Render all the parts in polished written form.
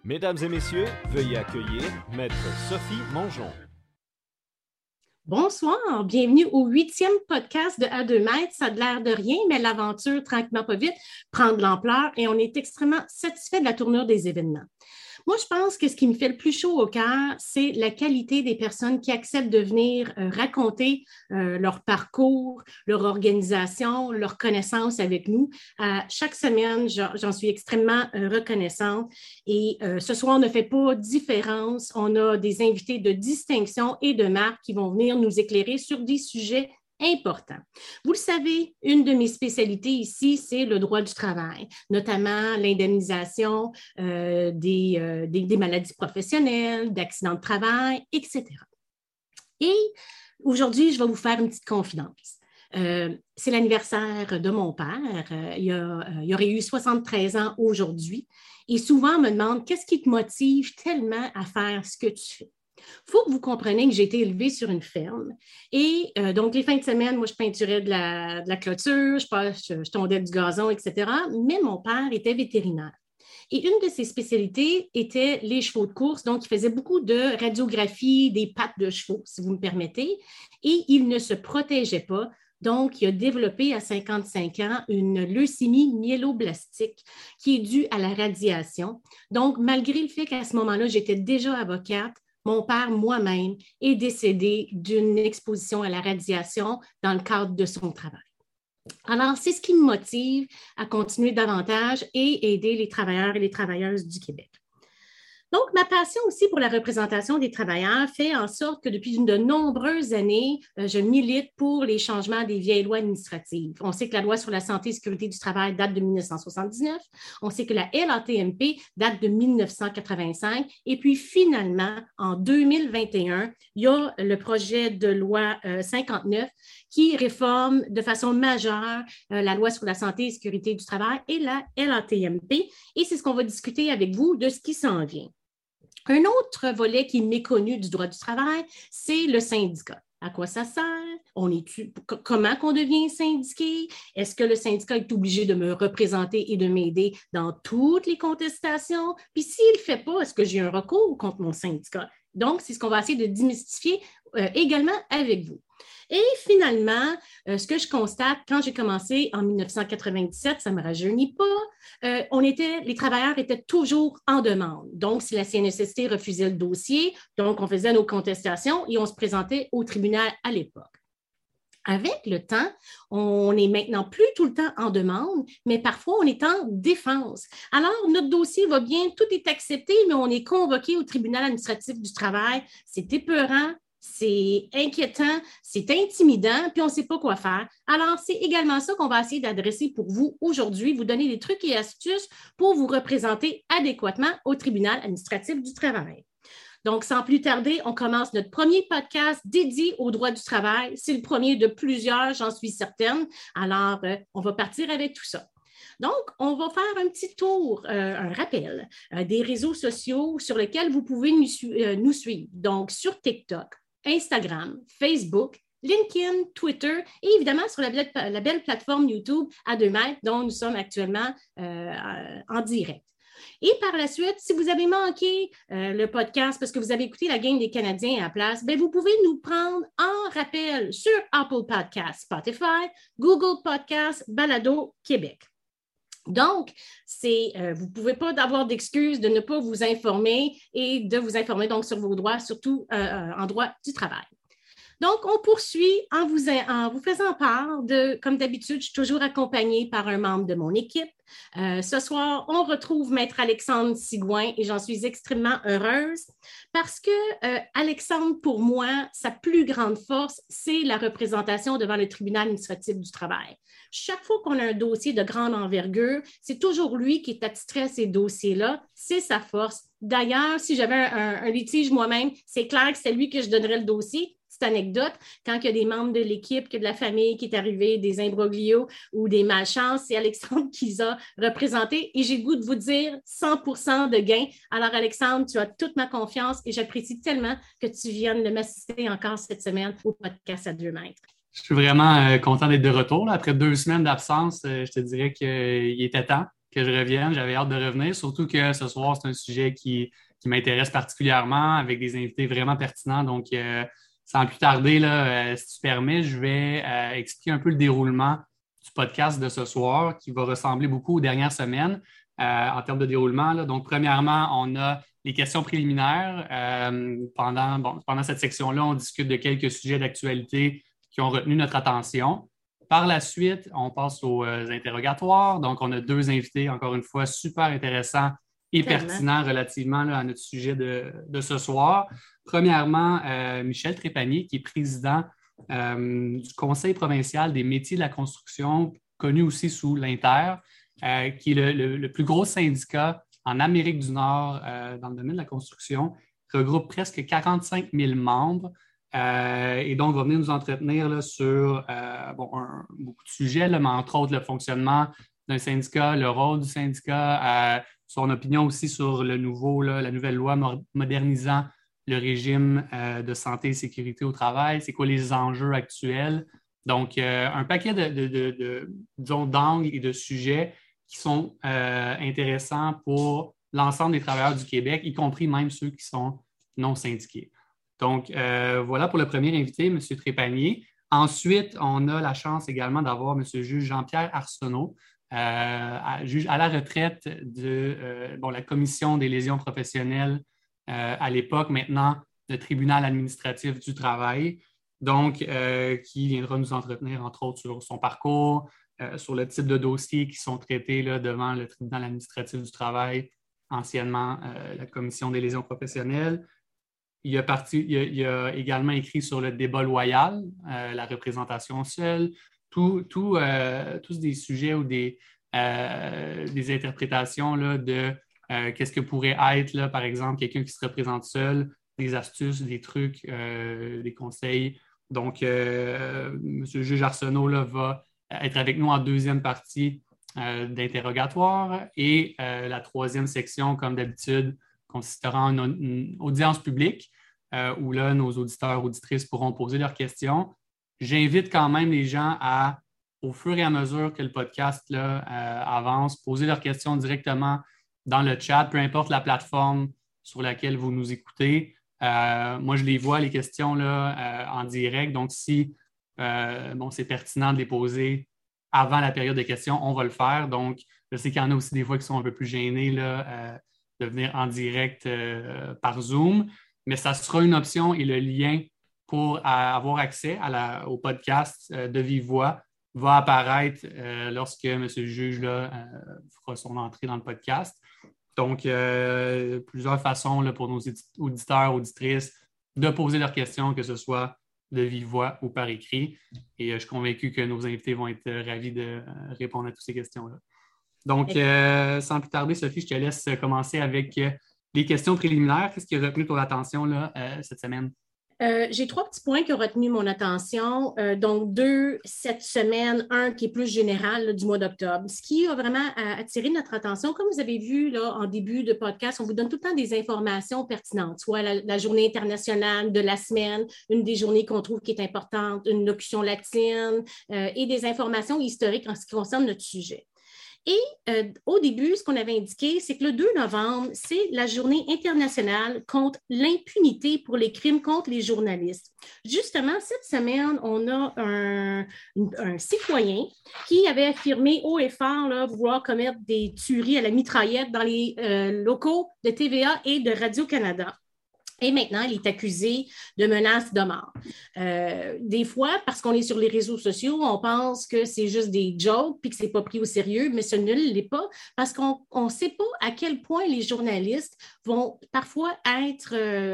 Mesdames et messieurs, veuillez accueillir Maître Sophie Mongeon. Bonsoir, bienvenue au 8e podcast de À 2 mètres. Ça a l'air de rien, mais l'aventure, tranquillement pas vite, prend de l'ampleur et on est extrêmement satisfait de la tournure des événements. Moi, je pense que ce qui me fait le plus chaud au cœur, c'est la qualité des personnes qui acceptent de venir raconter leur parcours, leur organisation, leur connaissance avec nous. Chaque semaine, j'en suis extrêmement reconnaissante. Et ce soir, on ne fait pas différence. On a des invités de distinction et de marque qui vont venir nous éclairer sur des sujets important. Vous le savez, une de mes spécialités ici, c'est le droit du travail, notamment l'indemnisation des maladies professionnelles, d'accidents de travail, etc. Et aujourd'hui, je vais vous faire une petite confidence. C'est l'anniversaire de mon père. Il aurait eu 73 ans aujourd'hui. Et souvent, on me demande, qu'est-ce qui te motive tellement à faire ce que tu fais? Il faut que vous compreniez que j'ai été élevée sur une ferme. Et donc, les fins de semaine, moi, je peinturais de la clôture, je tondais du gazon, etc. Mais mon père était vétérinaire. Et une de ses spécialités était les chevaux de course. Donc, il faisait beaucoup de radiographie des pattes de chevaux, si vous me permettez. Et il ne se protégeait pas. Donc, il a développé à 55 ans une leucémie myéloblastique qui est due à la radiation. Donc, malgré le fait qu'à ce moment-là, j'étais déjà avocate, mon père, moi-même, est décédé d'une exposition à la radiation dans le cadre de son travail. Alors, c'est ce qui me motive à continuer davantage et aider les travailleurs et les travailleuses du Québec. Donc, ma passion aussi pour la représentation des travailleurs fait en sorte que depuis de nombreuses années, je milite pour les changements des vieilles lois administratives. On sait que la loi sur la santé et sécurité du travail date de 1979. On sait que la LATMP date de 1985. Et puis, finalement, en 2021, il y a le projet de loi 59 qui réforme de façon majeure la loi sur la santé et sécurité du travail et la LATMP. Et c'est ce qu'on va discuter avec vous de ce qui s'en vient. Un autre volet qui est méconnu du droit du travail, c'est le syndicat. À quoi ça sert? Comment on devient syndiqué? Est-ce que le syndicat est obligé de me représenter et de m'aider dans toutes les contestations? Puis s'il ne le fait pas, est-ce que j'ai un recours contre mon syndicat? Donc, c'est ce qu'on va essayer de démystifier également avec vous. Et finalement, ce que je constate, quand j'ai commencé en 1997, ça ne me rajeunit pas, les travailleurs étaient toujours en demande. Donc, si la CNESST refusait le dossier, donc on faisait nos contestations et on se présentait au tribunal à l'époque. Avec le temps, on n'est maintenant plus tout le temps en demande, mais parfois on est en défense. Alors, notre dossier va bien, tout est accepté, mais on est convoqué au tribunal administratif du travail. C'est épeurant. C'est inquiétant, c'est intimidant, puis on ne sait pas quoi faire. Alors, c'est également ça qu'on va essayer d'adresser pour vous aujourd'hui, vous donner des trucs et astuces pour vous représenter adéquatement au tribunal administratif du travail. Donc, sans plus tarder, on commence notre premier podcast dédié au droit du travail. C'est le premier de plusieurs, j'en suis certaine. Alors, on va partir avec tout ça. Donc, on va faire un petit tour, un rappel des réseaux sociaux sur lesquels vous pouvez nous suivre. Donc, sur TikTok, Instagram, Facebook, LinkedIn, Twitter et évidemment sur la belle plateforme YouTube à 2 mètres dont nous sommes actuellement en direct. Et par la suite, si vous avez manqué le podcast parce que vous avez écouté la game des Canadiens à la place, bien, vous pouvez nous prendre en rappel sur Apple Podcasts, Spotify, Google Podcasts, Balado Québec. Donc, vous ne pouvez pas avoir d'excuse de ne pas vous informer et de vous informer donc sur vos droits, surtout en droit du travail. Donc, on poursuit en vous faisant part de, comme d'habitude, je suis toujours accompagnée par un membre de mon équipe. Ce soir, on retrouve Maître Alexandre Sigouin et j'en suis extrêmement heureuse parce que Alexandre, pour moi, sa plus grande force, c'est la représentation devant le tribunal administratif du travail. Chaque fois qu'on a un dossier de grande envergure, c'est toujours lui qui est attitré à ces dossiers-là. C'est sa force. D'ailleurs, si j'avais un litige moi-même, c'est clair que c'est lui que je donnerais le dossier. Petite anecdote, quand il y a des membres de l'équipe, que de la famille qui est arrivée, des imbroglios ou des malchances, c'est Alexandre qui les a représentés et j'ai le goût de vous dire 100% de gain. Alors Alexandre, tu as toute ma confiance et j'apprécie tellement que tu viennes de m'assister encore cette semaine au podcast à 2 mètres. Je suis vraiment content d'être de retour. Là. Après 2 semaines d'absence, je te dirais qu'il était temps. que je revienne. J'avais hâte de revenir, surtout que ce soir, c'est un sujet qui m'intéresse particulièrement avec des invités vraiment pertinents. Donc, sans plus tarder, là, si tu permets, je vais expliquer un peu le déroulement du podcast de ce soir qui va ressembler beaucoup aux dernières semaines en termes de déroulement, là. Donc, premièrement, on a les questions préliminaires. Pendant cette section-là, on discute de quelques sujets d'actualité qui ont retenu notre attention. Par la suite, on passe aux interrogatoires. Donc, on a 2 invités, encore une fois, super intéressants et pertinents relativement là, à notre sujet de ce soir. Premièrement, Michel Trépanier, qui est président du Conseil provincial des métiers de la construction, connu aussi sous l'Inter, qui est le plus gros syndicat en Amérique du Nord dans le domaine de la construction, regroupe presque 45 000 membres. Et donc, va venir nous entretenir là, sur beaucoup de sujets, là, mais entre autres le fonctionnement d'un syndicat, le rôle du syndicat, son opinion aussi sur la nouvelle loi modernisant le régime de santé et sécurité au travail, c'est quoi les enjeux actuels. Donc, un paquet d'angles et de sujets qui sont intéressants pour l'ensemble des travailleurs du Québec, y compris même ceux qui sont non syndiqués. Donc, voilà pour le premier invité, M. Trépanier. Ensuite, on a la chance également d'avoir M. juge Jean-Pierre Arsenault, juge à la retraite de la Commission des lésions professionnelles à l'époque, maintenant le Tribunal administratif du travail, donc qui viendra nous entretenir, entre autres, sur son parcours, sur le type de dossiers qui sont traités là, devant le Tribunal administratif du travail, anciennement la Commission des lésions professionnelles. Il a également écrit sur le débat loyal, la représentation seule, tous des sujets ou des interprétations là, de qu'est-ce que pourrait être, là, par exemple, quelqu'un qui se représente seul, des astuces, des trucs, des conseils. Donc, M. juge Arsenault là, va être avec nous en deuxième partie d'interrogatoire et la troisième section, comme d'habitude, consistera en une audience publique où là, nos auditeurs, auditrices pourront poser leurs questions. J'invite quand même les gens à, au fur et à mesure que le podcast là, avance, poser leurs questions directement dans le chat, peu importe la plateforme sur laquelle vous nous écoutez. Moi, je les vois, les questions là, en direct. Donc, si c'est pertinent de les poser avant la période de questions, on va le faire. Donc, je sais qu'il y en a aussi des fois qui sont un peu plus gênés là, de venir en direct par Zoom, mais ça sera une option et le lien pour avoir accès au podcast de vive voix va apparaître lorsque M. le juge là, fera son entrée dans le podcast. Donc, plusieurs façons là, pour nos auditeurs, auditrices de poser leurs questions, que ce soit de vive voix ou par écrit. Et je suis convaincu que nos invités vont être ravis de répondre à toutes ces questions-là. Donc, sans plus tarder, Sophie, je te laisse commencer avec les questions préliminaires. Qu'est-ce qui a retenu ton attention là, cette semaine? J'ai 3 petits points qui ont retenu mon attention. Donc, 2 cette semaine, un qui est plus général là, du mois d'octobre. Ce qui a vraiment attiré notre attention, comme vous avez vu là, en début de podcast, on vous donne tout le temps des informations pertinentes, soit la journée internationale de la semaine, une des journées qu'on trouve qui est importante, une locution latine et des informations historiques en ce qui concerne notre sujet. Et au début, ce qu'on avait indiqué, c'est que le 2 novembre, c'est la journée internationale contre l'impunité pour les crimes contre les journalistes. Justement, cette semaine, on a un citoyen qui avait affirmé haut et fort là, vouloir commettre des tueries à la mitraillette dans les locaux de TVA et de Radio-Canada. Et maintenant, il est accusé de menaces de mort. Des fois, parce qu'on est sur les réseaux sociaux, on pense que c'est juste des jokes puis que ce n'est pas pris au sérieux, mais ce ne l'est pas parce qu'on ne sait pas à quel point les journalistes vont parfois être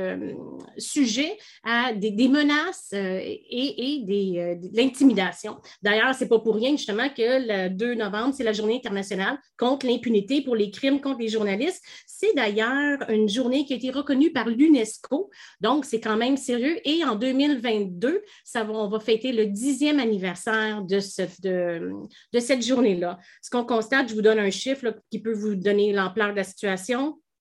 sujets à des menaces et de l'intimidation. D'ailleurs, ce n'est pas pour rien justement que le 2 novembre, c'est la journée internationale contre l'impunité pour les crimes contre les journalistes. C'est d'ailleurs une journée qui a été reconnue par l'UNESCO. Donc, c'est quand même sérieux. Et en 2022, on va fêter le 10e anniversaire de cette journée-là. Ce qu'on constate, je vous donne un chiffre là, qui peut vous donner l'ampleur de la situation.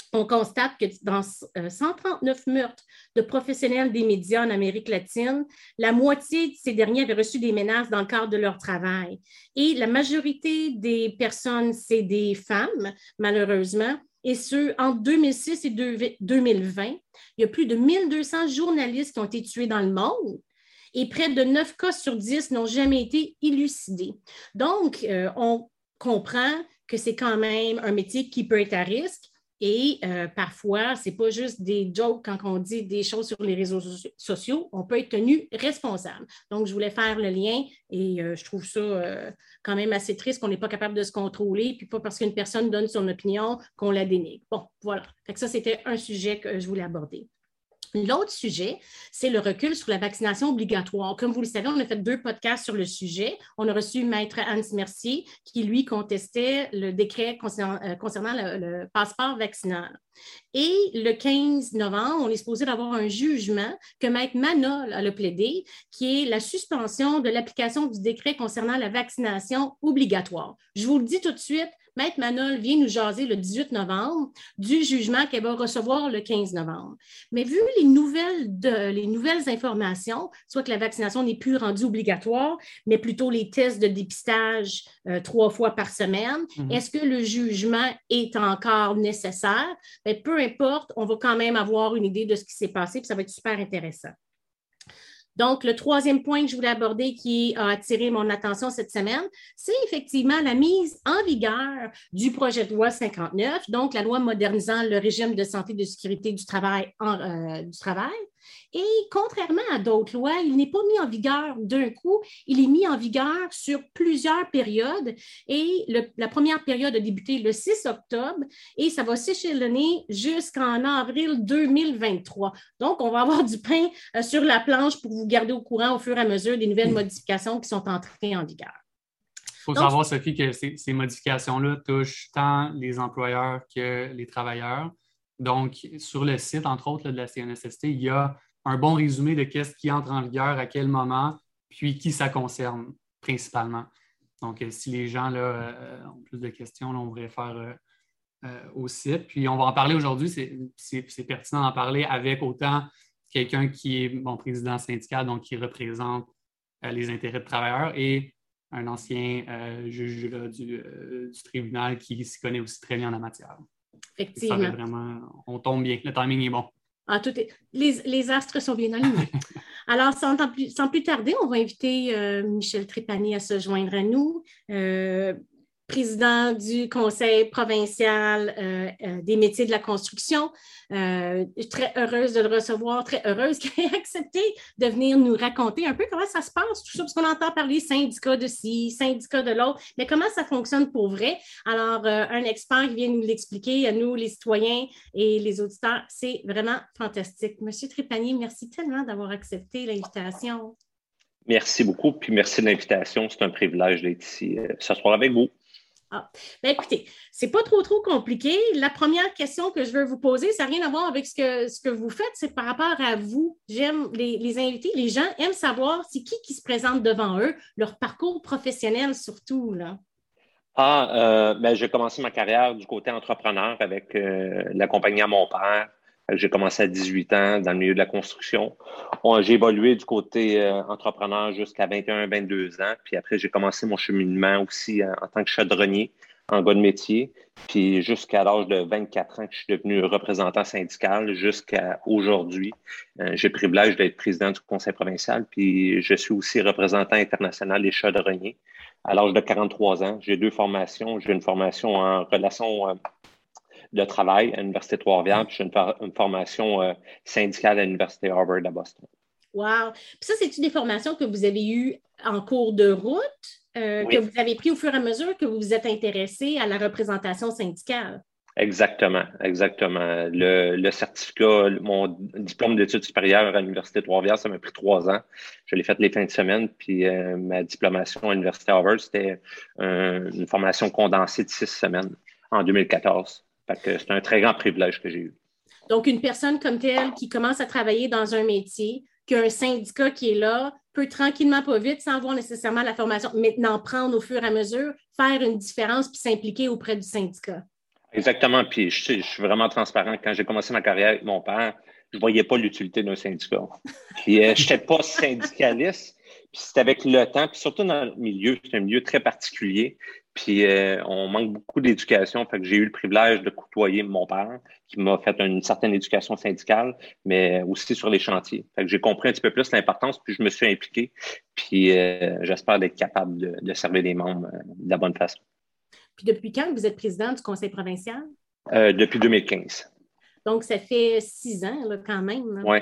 On constate que dans 139 meurtres de professionnels des médias en Amérique latine, la moitié de ces derniers avaient reçu des menaces dans le cadre de leur travail. Et la majorité des personnes, c'est des femmes, malheureusement. Et ce, entre 2006 et 2020, il y a plus de 1200 journalistes qui ont été tués dans le monde. Et près de 9 cas sur 10 n'ont jamais été élucidés. Donc, on comprend que c'est quand même un métier qui peut être à risque. Et parfois, ce n'est pas juste des jokes quand on dit des choses sur les réseaux sociaux, on peut être tenu responsable. Donc, je voulais faire le lien et je trouve ça quand même assez triste qu'on n'est pas capable de se contrôler, puis pas parce qu'une personne donne son opinion qu'on la dénigre. Bon, voilà. Fait que ça, c'était un sujet que je voulais aborder. L'autre sujet, c'est le recul sur la vaccination obligatoire. Comme vous le savez, on a fait 2 podcasts sur le sujet. On a reçu Maître Hans Mercier qui, lui, contestait le décret concernant le passeport vaccinal. Et le 15 novembre, on est supposé d'avoir un jugement que Maître Manol a plaidé, qui est la suspension de l'application du décret concernant la vaccination obligatoire. Je vous le dis tout de suite, Maître Manol vient nous jaser le 18 novembre du jugement qu'elle va recevoir le 15 novembre. Mais vu les nouvelles informations, soit que la vaccination n'est plus rendue obligatoire, mais plutôt les tests de dépistage 3 fois par semaine, est-ce que le jugement est encore nécessaire? Bien, peu importe, on va quand même avoir une idée de ce qui s'est passé, puis ça va être super intéressant. Donc, le 3e point que je voulais aborder qui a attiré mon attention cette semaine, c'est effectivement la mise en vigueur du projet de loi 59, donc la loi modernisant le régime de santé et de sécurité du travail. Et contrairement à d'autres lois, il n'est pas mis en vigueur d'un coup, il est mis en vigueur sur plusieurs périodes et la première période a débuté le 6 octobre et ça va s'échelonner jusqu'en avril 2023. Donc, on va avoir du pain sur la planche pour vous garder au courant au fur et à mesure des nouvelles modifications qui sont entrées en vigueur. Il faut savoir, Sophie, que ces modifications-là touchent tant les employeurs que les travailleurs. Donc, sur le site, entre autres, là, de la CNESST, il y a un bon résumé de qu'est-ce qui entre en vigueur, à quel moment, puis qui ça concerne principalement. Donc, si les gens là, ont plus de questions, là, on va les faire au site. Puis, on va en parler aujourd'hui. C'est pertinent d'en parler avec autant quelqu'un qui est président syndical, donc qui représente les intérêts de travailleurs, et un ancien juge là, du tribunal qui s'y connaît aussi très bien en la matière. Effectivement. Vraiment, on tombe bien. Le timing est bon. Ah, les astres sont bien alignés. Alors, sans plus tarder, on va inviter Michel Trépanier à se joindre à nous, président du Conseil provincial des métiers de la construction. Très heureuse de le recevoir, très heureuse qu'il ait accepté de venir nous raconter un peu comment ça se passe, tout ça, parce qu'on entend parler syndicat de ci, syndicat de l'autre, mais comment ça fonctionne pour vrai. Alors, un expert qui vient nous l'expliquer à nous, les citoyens et les auditeurs, c'est vraiment fantastique. Monsieur Trépanier, merci tellement d'avoir accepté l'invitation. Merci beaucoup, puis merci de l'invitation. C'est un privilège d'être ici ce soir avec vous. Ah. Bien, écoutez, c'est pas trop compliqué. La première question que je veux vous poser, ça n'a rien à voir avec ce que vous faites, c'est par rapport à vous. J'aime les invités, les gens aiment savoir c'est qui se présente devant eux, leur parcours professionnel surtout, là. J'ai commencé ma carrière du côté entrepreneur avec la compagnie à mon père. J'ai commencé à 18 ans dans le milieu de la construction. J'ai évolué du côté entrepreneur jusqu'à 21-22 ans. Puis après, j'ai commencé mon cheminement aussi en tant que chaudronnier en gars de métier. Puis jusqu'à l'âge de 24 ans que je suis devenu représentant syndical jusqu'à aujourd'hui. J'ai le privilège d'être président du conseil provincial. Puis je suis aussi représentant international des chaudronniers. À l'âge de 43 ans, j'ai 2 formations. J'ai une formation en relations de travail à l'Université Trois-Rivières, puis j'ai une formation syndicale à l'Université Harvard à Boston. Wow! Puis ça, c'est-tu des formations que vous avez eues en cours de route, Oui. que vous avez pris au fur et à mesure que vous vous êtes intéressé à la représentation syndicale? Exactement. Le certificat, mon diplôme d'études supérieures à l'Université Trois-Rivières, ça m'a pris 3 ans. Je l'ai fait les fins de semaine, puis ma diplomation à l'Université Harvard, c'était une formation condensée de 6 semaines en 2014. Fait que c'est un très grand privilège que j'ai eu. Donc, une personne comme telle qui commence à travailler dans un métier, qui a un syndicat qui est là, peut tranquillement, pas vite, sans avoir nécessairement la formation, maintenant prendre au fur et à mesure, faire une différence puis s'impliquer auprès du syndicat. exactement. Puis je suis vraiment transparent. Quand j'ai commencé ma carrière avec mon père, je voyais pas l'utilité d'un syndicat. Puis je n'étais pas syndicaliste. Puis c'est avec le temps, puis surtout dans le milieu, c'est un milieu très particulier. Puis on manque beaucoup d'éducation. Fait que j'ai eu le privilège de côtoyer mon père, qui m'a fait une certaine éducation syndicale, mais aussi sur les chantiers. Fait que j'ai compris un petit peu plus l'importance, puis je me suis impliqué. Puis j'espère d'être capable de servir les membres de la bonne façon. Puis depuis quand vous êtes président du Conseil provincial? Depuis 2015. Donc, ça fait 6 ans, là, quand même. Oui.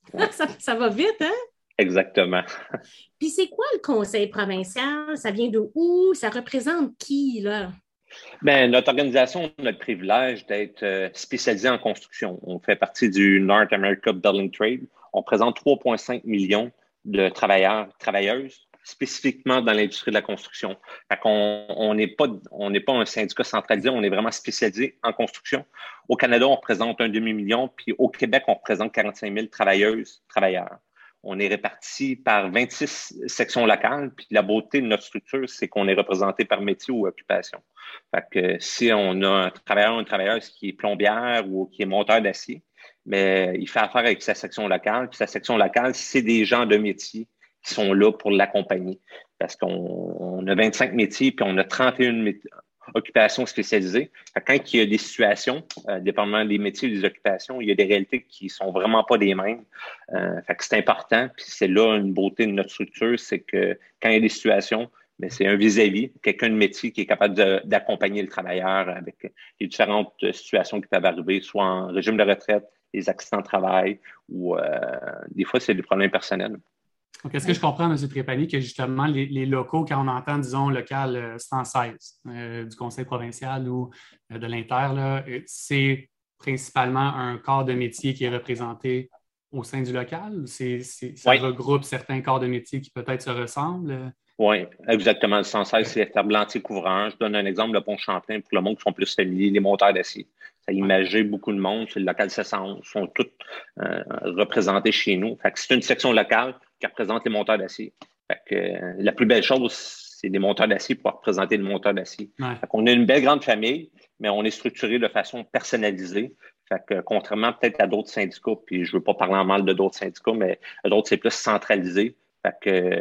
Ça va vite, hein? Exactement. Puis c'est quoi le Conseil provincial? Ça vient de où? Ça représente qui, là? Bien, notre organisation a le privilège d'être spécialisée en construction. On fait partie du North America Building Trade. On présente 3,5 millions de travailleurs, travailleuses, spécifiquement dans l'industrie de la construction. Fait qu'on on n'est pas un syndicat centralisé, on est vraiment spécialisé en construction. Au Canada, on représente 1 demi-million, puis au Québec, on représente 45 000 travailleuses, travailleurs. On est répartis par 26 sections locales, puis la beauté de notre structure, c'est qu'on est représenté par métier ou occupation. Fait que si on a un travailleur ou une travailleuse qui est plombière ou qui est monteur d'acier, mais il fait affaire avec sa section locale, puis sa section locale, c'est des gens de métier qui sont là pour l'accompagner. Parce qu'on a 25 métiers, puis on a 31 occupations spécialisées. Quand il y a des situations, dépendamment des métiers et des occupations, il y a des réalités qui sont vraiment pas les mêmes. Fait que c'est important, puis c'est là une beauté de notre structure, c'est que quand il y a des situations, mais c'est un vis-à-vis, quelqu'un de métier qui est capable d'accompagner le travailleur avec les différentes situations qui peuvent arriver, soit en régime de retraite, les accidents de travail, ou des fois, c'est des problèmes personnels. Donc, est-ce que je comprends, M. Trépanier, que justement, les locaux, quand on entend, disons, local 116 du Conseil provincial ou de l'Inter, là, c'est principalement un corps de métier qui est représenté au sein du local? Ça regroupe certains corps de métier qui peut-être se ressemblent? Oui, exactement. Le 116, c'est ferblantier couvrant. Je donne un exemple, le pont Champlain, pour le monde qui sont plus familiers, les monteurs d'acier. Ça imagine beaucoup de monde. C'est le local 711. Ils sont tous représentés chez nous. Fait que c'est une section locale qui représente les monteurs d'acier. Fait que la plus belle chose, c'est des monteurs d'acier pour représenter les monteurs d'acier. Ouais. Fait qu'on a une belle grande famille, mais on est structuré de façon personnalisée. Fait que contrairement peut-être à d'autres syndicats, puis je veux pas parler en mal de d'autres syndicats, mais d'autres, c'est plus centralisé. Fait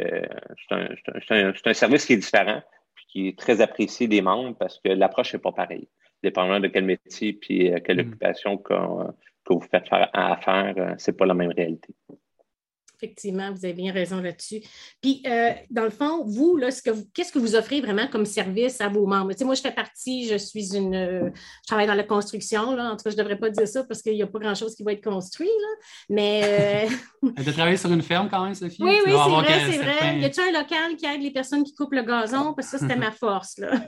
que c'est un service qui est différent, puis qui est très apprécié des membres parce que l'approche n'est pas pareille. Dépendamment de quel métier puis quelle occupation que vous faites faire, c'est pas la même réalité. Effectivement, vous avez bien raison là-dessus. Puis, dans le fond, vous, là, qu'est-ce que vous offrez vraiment comme service à vos membres? Tu sais, moi, je fais partie, je travaille dans la construction, là. En tout cas, je ne devrais pas dire ça parce qu'il n'y a pas grand-chose qui va être construit, là. Mais. Tu as travaillé sur une ferme quand même, Sophie? Oui, c'est vrai. Y a-t-il un local qui aide les personnes qui coupent le gazon? Parce que ça, c'était ma force, là.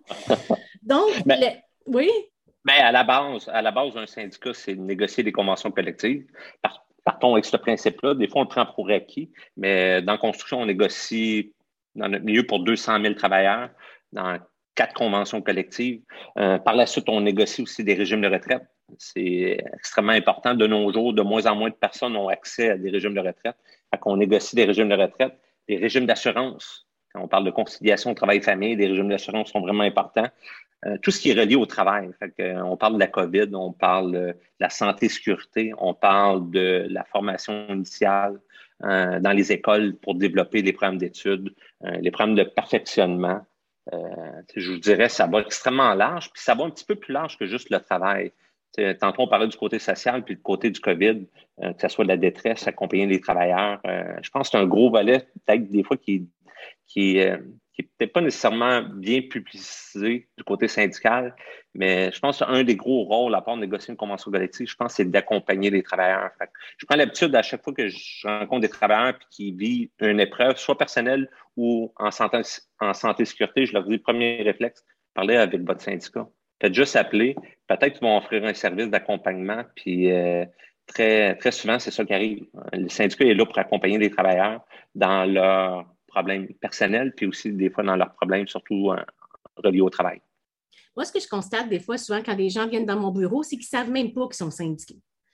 Donc, oui? Bien, à la base, un syndicat, c'est de négocier des conventions collectives. Partons avec ce principe-là. Des fois, on le prend pour acquis, mais dans la construction, on négocie dans notre milieu pour 200 000 travailleurs dans 4 conventions collectives. Par la suite, on négocie aussi des régimes de retraite. C'est extrêmement important. De nos jours, de moins en moins de personnes ont accès à des régimes de retraite. Fait qu'on négocie des régimes de retraite, des régimes d'assurance. Quand on parle de conciliation travail-famille, des régimes d'assurance sont vraiment importants. Tout ce qui est relié au travail. Fait que, on parle de la COVID, on parle de la santé-sécurité, on parle de la formation initiale dans les écoles pour développer les programmes d'études, les programmes de perfectionnement. Je vous dirais, ça va extrêmement large, puis ça va un petit peu plus large que juste le travail. Tantôt, on parlait du côté social, puis du côté du COVID, que ce soit de la détresse, accompagner les travailleurs. Je pense que c'est un gros volet, peut-être des fois, qui est peut-être pas nécessairement bien publicisé du côté syndical, mais je pense qu'un des gros rôles, à part de négocier une convention collective, je pense, c'est d'accompagner les travailleurs. Fait que je prends l'habitude, à chaque fois que je rencontre des travailleurs qui vivent une épreuve, soit personnelle ou en santé et sécurité, je leur dis, premier réflexe, parlez avec votre syndicat. Faites juste appeler. Peut-être qu'ils vont offrir un service d'accompagnement, puis très, très souvent, c'est ça qui arrive. Le syndicat est là pour accompagner les travailleurs dans leurs problèmes personnels, puis aussi des fois dans leurs problèmes, surtout reliés au travail. Moi, ce que je constate des fois, souvent, quand les gens viennent dans mon bureau, c'est qu'ils ne savent même pas qu'ils sont syndiqués.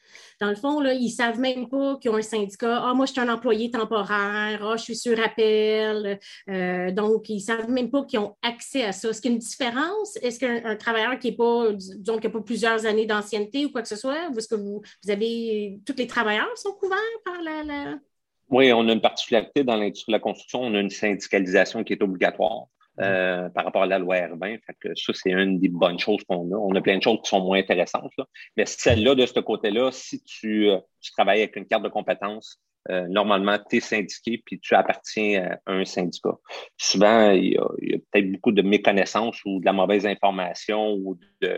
Dans le fond, là, ils ne savent même pas qu'ils ont un syndicat. Ah, moi, je suis un employé temporaire. Ah, je suis sur appel. Donc, ils ne savent même pas qu'ils ont accès à ça. Est-ce qu'il y a une différence? Est-ce qu'un travailleur qui n'a pas, disons, qui n'a pas plusieurs années d'ancienneté ou quoi que ce soit, est-ce que vous avez, tous les travailleurs sont couverts par la... Oui, on a une particularité dans l'industrie de la construction. On a une syndicalisation qui est obligatoire. Par rapport à la loi R20. Fait que ça, c'est une des bonnes choses qu'on a. On a plein de choses qui sont moins intéressantes, là. Mais celle-là, de ce côté-là, si tu travailles avec une carte de compétences, normalement, tu es syndiqué puis tu appartiens à un syndicat. Souvent, il y a peut-être beaucoup de méconnaissance ou de la mauvaise information ou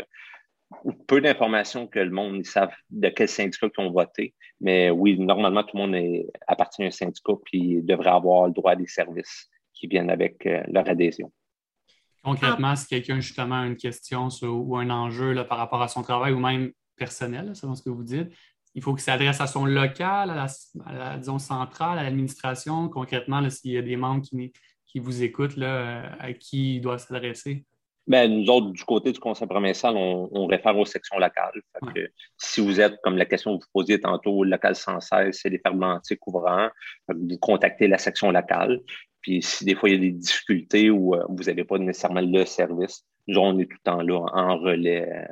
peu d'informations que le monde ne savent de quel syndicat ils ont voté. Mais oui, normalement, tout le monde appartient à un syndicat puis devrait avoir le droit à des services qui viennent avec leur adhésion. Concrètement, si quelqu'un justement a une question ou un enjeu là, par rapport à son travail ou même personnel, là, selon ce que vous dites, il faut qu'il s'adresse à son local, à la disons, centrale, à l'administration. Concrètement, là, s'il y a des membres qui vous écoutent, là, à qui il doit s'adresser? Bien, nous autres, du côté du conseil provincial, on réfère aux sections locales. Fait que, si vous êtes, comme la question que vous posiez tantôt, local 116, c'est les ferblantiers couvrants, vous contactez la section locale. Puis si des fois il y a des difficultés ou vous n'avez pas nécessairement le service, nous, on est tout le temps là en relais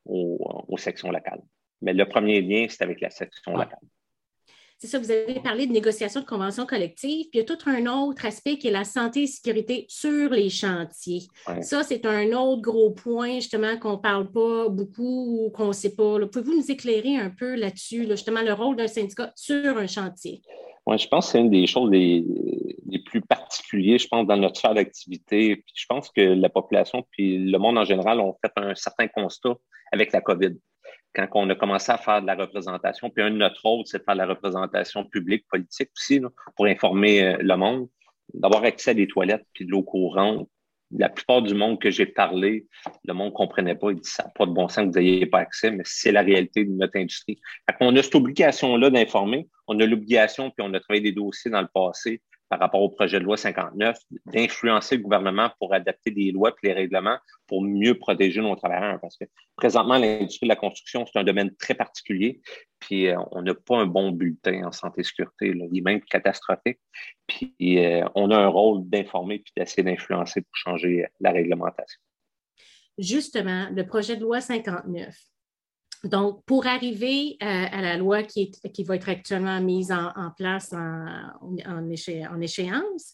aux sections locales. Mais le premier lien, c'est avec la section locale. C'est ça, vous avez parlé de négociation de conventions collectives, puis il y a tout un autre aspect qui est la santé et sécurité sur les chantiers. Ouais. Ça, c'est un autre gros point, justement, qu'on ne parle pas beaucoup ou qu'on ne sait pas. Là. Pouvez-vous nous éclairer un peu là-dessus, là, justement, le rôle d'un syndicat sur un chantier? Oui, je pense que c'est une des choses les plus particulières, je pense, dans notre sphère d'activité. Puis je pense que la population puis le monde en général ont fait un certain constat avec la COVID. Quand on a commencé à faire de la représentation, puis un de notre rôle, c'est de faire de la représentation publique, politique aussi, là, pour informer le monde, d'avoir accès à des toilettes puis de l'eau courante. La plupart du monde que j'ai parlé, le monde ne comprenait pas. Il dit ça n'a pas de bon sens que vous n'ayez pas accès, mais c'est la réalité de notre industrie. Fait qu'on a cette obligation-là d'informer. On a l'obligation, puis on a travaillé des dossiers dans le passé par rapport au projet de loi 59, d'influencer le gouvernement pour adapter les lois et les règlements pour mieux protéger nos travailleurs. Parce que présentement, l'industrie de la construction, c'est un domaine très particulier. Puis on n'a pas un bon bulletin en santé et sécurité, là. Il est même catastrophique. Puis on a un rôle d'informer puis d'essayer d'influencer pour changer la réglementation. Justement, le projet de loi 59. Donc, pour arriver à la loi qui va être actuellement mise en place en échéance,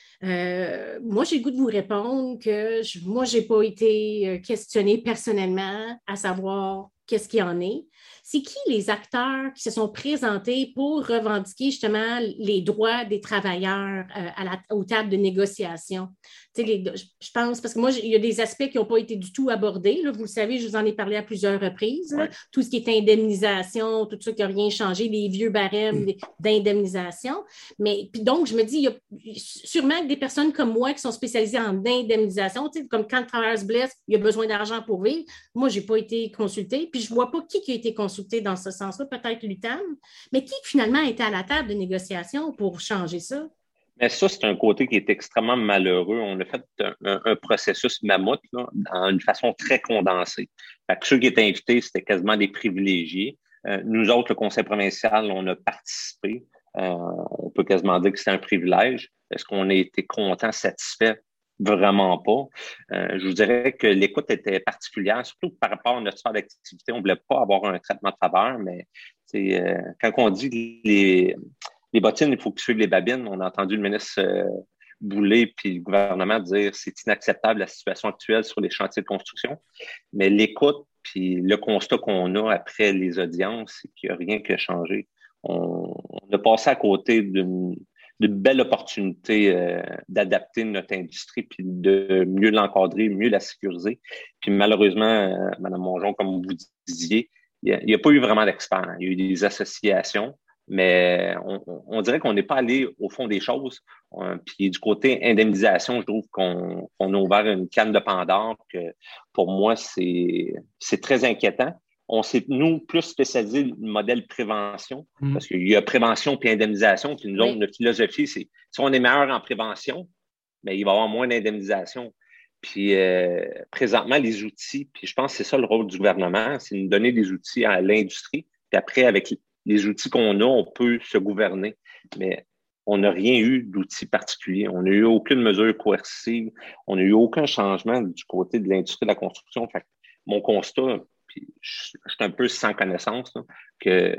moi, j'ai le goût de vous répondre que moi, je n'ai pas été questionnée personnellement à savoir qu'est-ce qu'il y en est. C'est qui les acteurs qui se sont présentés pour revendiquer justement les droits des travailleurs aux tables de négociation? Je pense, parce que moi, il y a des aspects qui n'ont pas été du tout abordés. Là, vous le savez, je vous en ai parlé à plusieurs reprises. Ouais. Tout ce qui est indemnisation, tout ça qui n'a rien changé, les vieux barèmes d'indemnisation. Mais puis donc, je me dis, il y a sûrement des personnes comme moi qui sont spécialisées en indemnisation. Comme quand le travailleur se blesse, il a besoin d'argent pour vivre. Moi, je n'ai pas été consultée. Puis je ne vois pas qui a été consulté dans ce sens-là, peut-être l'UTAM, mais qui finalement était à la table de négociation pour changer ça? Mais ça, c'est un côté qui est extrêmement malheureux. On a fait un processus mammouth là, d'une façon très condensée. Fait que ceux qui étaient invités, c'était quasiment des privilégiés. Nous autres, le conseil provincial, on a participé. On peut quasiment dire que c'était un privilège. Est-ce qu'on a été content, satisfait? Vraiment pas. Je vous dirais que l'écoute était particulière, surtout par rapport à notre sphère d'activité. On ne voulait pas avoir un traitement de faveur, mais quand on dit les bottines, il faut que suivent les babines, on a entendu le ministre Boulay puis le gouvernement dire c'est inacceptable la situation actuelle sur les chantiers de construction. Mais l'écoute puis le constat qu'on a après les audiences, c'est qu'il n'y a rien qui a changé. On a passé à côté d'une belle opportunité d'adapter notre industrie puis de mieux l'encadrer, mieux la sécuriser. Puis malheureusement, Mme Mongeon, comme vous disiez, il n'y a pas eu vraiment d'experts. Il y a eu des associations, mais on dirait qu'on n'est pas allé au fond des choses. Puis du côté indemnisation, je trouve qu'on a ouvert une canne de Pandore que pour moi, c'est très inquiétant. On s'est, nous, plus spécialisé le modèle prévention, parce qu'il y a prévention puis indemnisation, puis nous autres, notre philosophie, c'est si on est meilleur en prévention, bien, il va y avoir moins d'indemnisation. Puis présentement, les outils, puis je pense que c'est ça le rôle du gouvernement, c'est de nous donner des outils à l'industrie, Puis après, avec les outils qu'on a, on peut se gouverner. Mais on n'a rien eu d'outils particuliers. On n'a eu aucune mesure coercitive. On n'a eu aucun changement du côté de l'industrie de la construction. Fait que mon constat, puis je suis un peu sans connaissance, là, que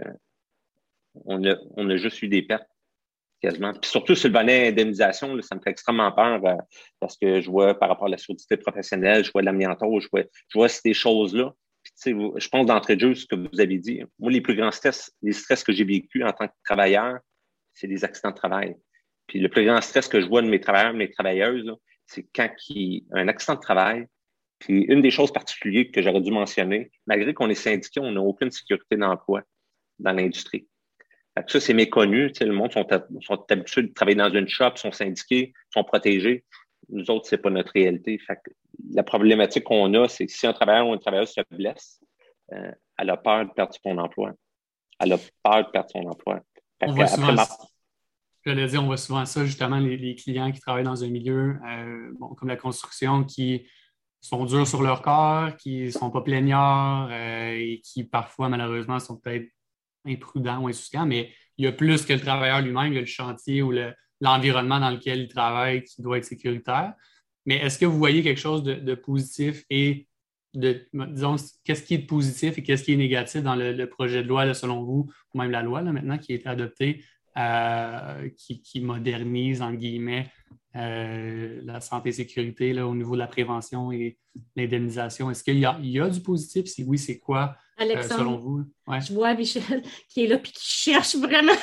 on a juste eu des pertes quasiment. Puis surtout sur le volet indemnisation, là, ça me fait extrêmement peur parce que je vois par rapport à la surdité professionnelle, je vois l'amiantose, je vois ces choses-là. Puis, tu sais, je pense d'entrée de jeu ce que vous avez dit. Moi, les plus grands stress, les stress que j'ai vécu en tant que travailleur, c'est les accidents de travail. Puis le plus grand stress que je vois de mes travailleurs, mes travailleuses, là, c'est quand il y a un accident de travail. Puis une des choses particulières que j'aurais dû mentionner, malgré qu'on est syndiqué, on n'a aucune sécurité d'emploi dans l'industrie. Fait que ça, c'est méconnu. Tu sais, le monde sont habitués de travailler dans une shop, sont syndiqués, sont protégés. Nous autres, c'est pas notre réalité. Fait que la problématique qu'on a, c'est que si un travailleur ou une travailleuse se blesse, elle a peur de perdre son emploi. Elle a peur de perdre son emploi. On voit souvent on voit souvent ça, justement, les clients qui travaillent dans un milieu comme la construction, qui sont durs sur leur corps, qui ne sont pas plaignards et qui, parfois, malheureusement, sont peut-être imprudents ou insouciants, mais il y a plus que le travailleur lui-même, il y a le chantier ou l'environnement dans lequel il travaille qui doit être sécuritaire. Mais est-ce que vous voyez quelque chose de positif et disons, qu'est-ce qui est positif et qu'est-ce qui est négatif dans le projet de loi, là, selon vous, ou même la loi là, maintenant qui a été adoptée, qui modernise, entre guillemets, la santé et sécurité là, au niveau de la prévention et l'indemnisation. Est-ce qu'il y a du positif? Si oui, c'est quoi, selon vous? Ouais. Je vois Michel qui est là et qui cherche vraiment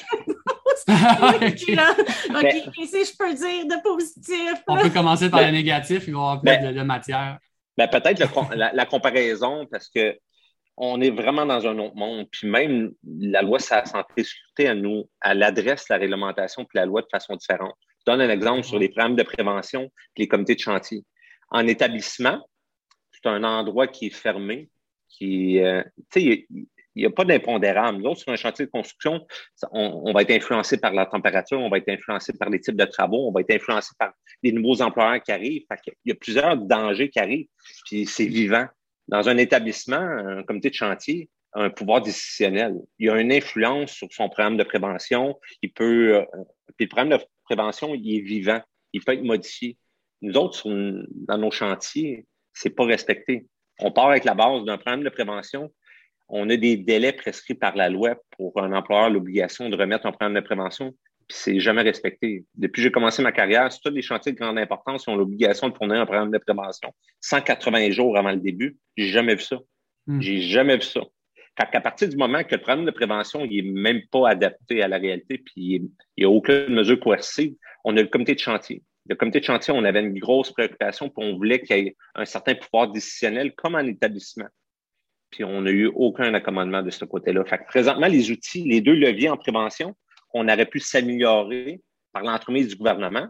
Okay. là. OK, qu'est-ce que je peux dire de positif? On peut commencer par le négatif, il va y avoir plus de matière. Ben, peut-être la comparaison, parce que on est vraiment dans un autre monde. Puis même la loi sur la santé et sécurité, elle adresse la réglementation puis la loi de façon différente. Je donne un exemple sur les programmes de prévention et les comités de chantier. En établissement, c'est un endroit qui est fermé, tu sais, il n'y a pas d'impondérable. Nous autres, sur un chantier de construction, on va être influencé par la température, on va être influencé par les types de travaux, on va être influencé par les nouveaux employeurs qui arrivent. Fait qu'il y a plusieurs dangers qui arrivent, puis c'est vivant. Dans un établissement, un comité de chantier a un pouvoir décisionnel. Il a une influence sur son programme de prévention. Puis le programme de prévention, il est vivant. Il peut être modifié. Nous autres, dans nos chantiers, c'est pas respecté. On part avec la base d'un programme de prévention. On a des délais prescrits par la loi pour un employeur l'obligation de remettre un programme de prévention, puis c'est jamais respecté. Depuis que j'ai commencé ma carrière, sur tous les chantiers de grande importance, ils ont l'obligation de fournir un programme de prévention 180 jours avant le début. J'ai jamais vu ça. J'ai jamais vu ça. Fait qu'à partir du moment que le programme de prévention il est même pas adapté à la réalité, puis il n'y a aucune mesure coercitive, on a le comité de chantier. Le comité de chantier, on avait une grosse préoccupation, puis on voulait qu'il y ait un certain pouvoir décisionnel comme en établissement. Puis on n'a eu aucun accommodement de ce côté-là. Fait que présentement, les outils, les deux leviers en prévention, on aurait pu s'améliorer par l'entremise du gouvernement.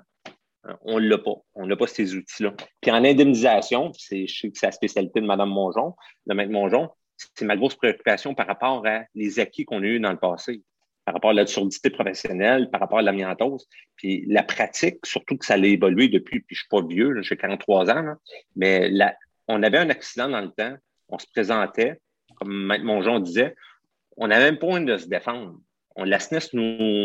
On ne l'a pas. On n'a pas ces outils-là. Puis en indemnisation, je sais que c'est la spécialité de Mme Mongeon, de Maître Mongeon, c'est ma grosse préoccupation par rapport à les acquis qu'on a eus dans le passé, par rapport à la surdité professionnelle, par rapport à l'amiantose. Puis la pratique, surtout que ça a évolué depuis, puis je suis pas vieux, là, j'ai 43 ans, là, mais on avait un accident dans le temps, on se présentait, comme Maître Mongeon disait, on n'avait même pas moyen de se défendre. La SNES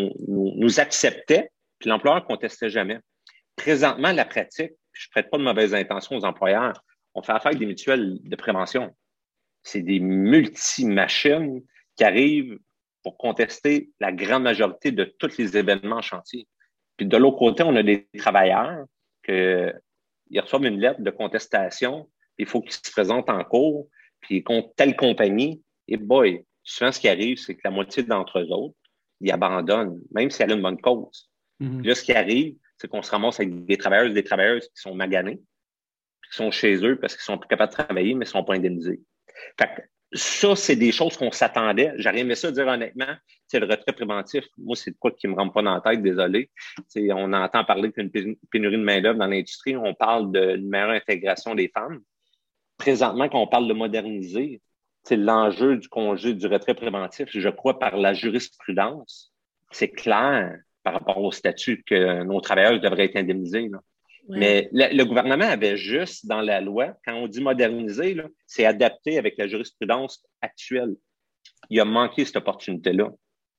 nous acceptait, puis l'employeur ne contestait jamais. Présentement, la pratique, je ne prête pas de mauvaises intentions aux employeurs, on fait affaire avec des mutuelles de prévention. C'est des multi-machines qui arrivent pour contester la grande majorité de tous les événements en chantier. Puis de l'autre côté, on a des travailleurs qui reçoivent une lettre de contestation, il faut qu'ils se présentent en cours, puis contre telle compagnie, et boy, souvent ce qui arrive, c'est que la moitié d'entre eux autres, ils abandonnent, même si elle a une bonne cause. Puis là, ce qui arrive, c'est qu'on se ramasse avec des travailleuses qui sont maganés, qui sont chez eux parce qu'ils sont plus capables de travailler, mais ne sont pas indemnisés. Fait que ça, c'est des choses qu'on s'attendait. J'aurais aimé ça dire honnêtement, c'est le retrait préventif. Moi, c'est de quoi qui me rentre pas dans la tête, désolé. T'sais, on entend parler d'une pénurie de main-d'œuvre dans l'industrie, on parle d'une meilleure intégration des femmes. Présentement, quand on parle de moderniser, c'est l'enjeu du congé du retrait préventif, je crois, par la jurisprudence. C'est clair par rapport au statut que nos travailleurs devraient être indemnisés. Là. Ouais. Mais le gouvernement avait juste dans la loi, quand on dit moderniser, là, c'est adapté avec la jurisprudence actuelle. il a manqué cette opportunité-là.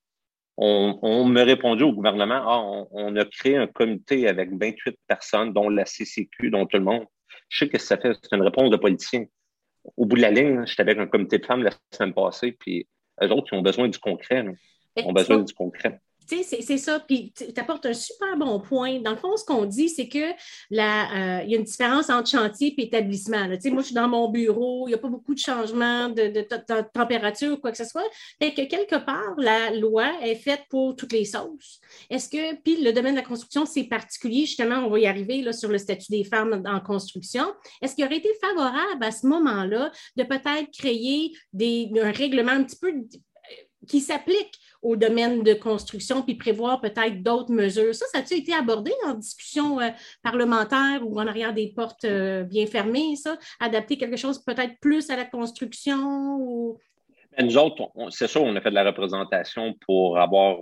On me répondu au gouvernement, on a créé un comité avec 28 personnes, dont la CCQ, dont tout le monde. Je sais que ça fait, c'est une réponse de politicien. Au bout de la ligne, j'étais avec un comité de femmes la semaine passée, puis eux autres, ils ont besoin du concret. Là. Ils ont besoin du concret. Tu sais, c'est ça. Puis tu apportes un super bon point. Dans le fond, ce qu'on dit, c'est que il y a une différence entre chantier et établissement. Tu sais, moi, je suis dans mon bureau, il n'y a pas beaucoup de changements de température ou quoi que ce soit. Fait que quelque part, la loi est faite pour toutes les sauces. Est-ce que, puis le domaine de la construction, c'est particulier, justement, on va y arriver là, sur le statut des femmes en construction. Est-ce qu'il aurait été favorable à ce moment-là de peut-être créer un règlement un petit peu qui s'applique au domaine de construction, puis prévoir peut-être d'autres mesures? Ça a-t-il été abordé en discussion parlementaire ou en arrière des portes bien fermées, ça? Adapter quelque chose peut-être plus à la construction? Ou... Nous autres, c'est sûr, on a fait de la représentation pour avoir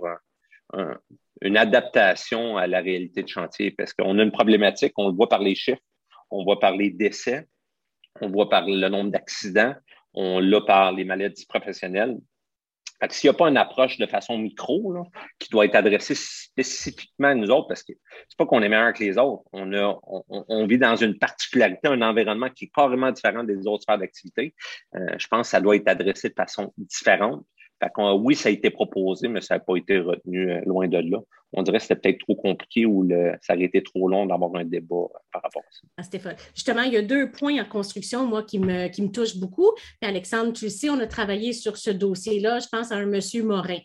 une adaptation à la réalité de chantier, parce qu'on a une problématique, on le voit par les chiffres, on voit par les décès, on voit par le nombre d'accidents, on l'a par les maladies professionnelles. Fait que s'il n'y a pas une approche de façon micro là, qui doit être adressée spécifiquement à nous autres, parce que c'est pas qu'on est meilleur que les autres, on vit dans une particularité, un environnement qui est carrément différent des autres sphères d'activité. Je pense que ça doit être adressé de façon différente. Fait que, oui, ça a été proposé, mais ça n'a pas été retenu loin de là. On dirait que c'était peut-être trop compliqué ou ça aurait été trop long d'avoir un débat par rapport à ça. Ah, Stéphane, justement, il y a 2 points en construction, moi, qui me touchent beaucoup. Puis Alexandre, tu le sais, on a travaillé sur ce dossier-là. Je pense à un monsieur Morin.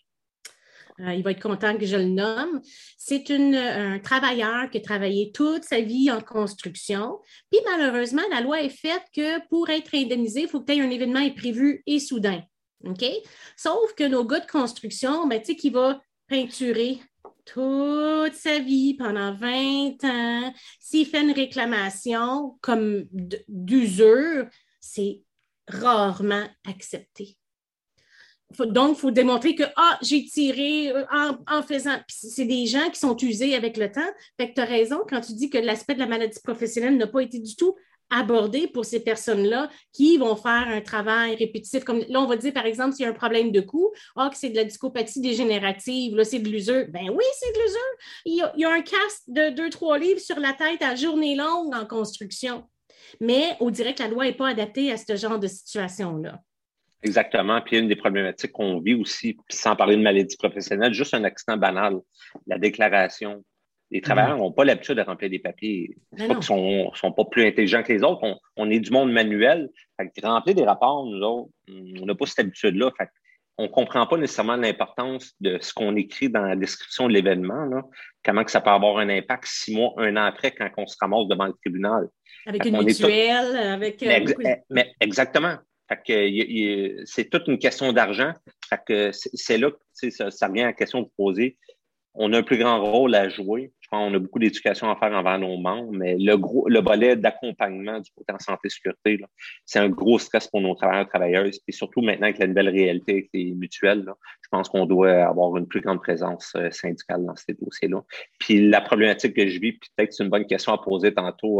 Il va être content que je le nomme. C'est un travailleur qui a travaillé toute sa vie en construction. Puis malheureusement, la loi est faite que pour être indemnisé, il faut que tu aies un événement imprévu et soudain. OK? Sauf que nos gars de construction, ben, tu sais, qui va peinturer toute sa vie pendant 20 ans, s'il fait une réclamation comme d'usure, c'est rarement accepté. Donc, il faut démontrer que j'ai tiré en faisant. Puis c'est des gens qui sont usés avec le temps. Fait que tu as raison quand tu dis que l'aspect de la maladie professionnelle n'a pas été du tout abordé pour ces personnes-là qui vont faire un travail répétitif. Comme là, on va dire, par exemple, s'il y a un problème de cou, que c'est de la discopathie dégénérative, là, c'est de l'usure. Ben oui, c'est de l'usure. Il y a un casque de 2-3 livres sur la tête à journée longue en construction. Mais on dirait que la loi n'est pas adaptée à ce genre de situation-là. Exactement. Puis, une des problématiques qu'on vit aussi, sans parler de maladie professionnelle, juste un accident banal, la déclaration. Les travailleurs n'ont pas l'habitude de remplir des papiers. C'est pas qu'ils sont pas plus intelligents que les autres. On est du monde manuel. Fait que remplir des rapports, nous autres, on n'a pas cette habitude-là. Fait on ne comprend pas nécessairement l'importance de ce qu'on écrit dans la description de l'événement, là. Comment que ça peut avoir un impact 6 mois, 1 an après, quand on se ramasse devant le tribunal. Avec une mutuelle, avec... Mais exactement. Fait que c'est toute une question d'argent. Fait que c'est là que ça revient à la question de poser. On a un plus grand rôle à jouer. Je pense qu'on a beaucoup d'éducation à faire envers nos membres, mais le volet d'accompagnement du côté en santé et sécurité, là, c'est un gros stress pour nos travailleurs et travailleuses. Et surtout maintenant avec la nouvelle réalité avec les mutuelles, là, je pense qu'on doit avoir une plus grande présence syndicale dans ces dossiers-là. Puis la problématique que je vis, puis peut-être c'est une bonne question à poser tantôt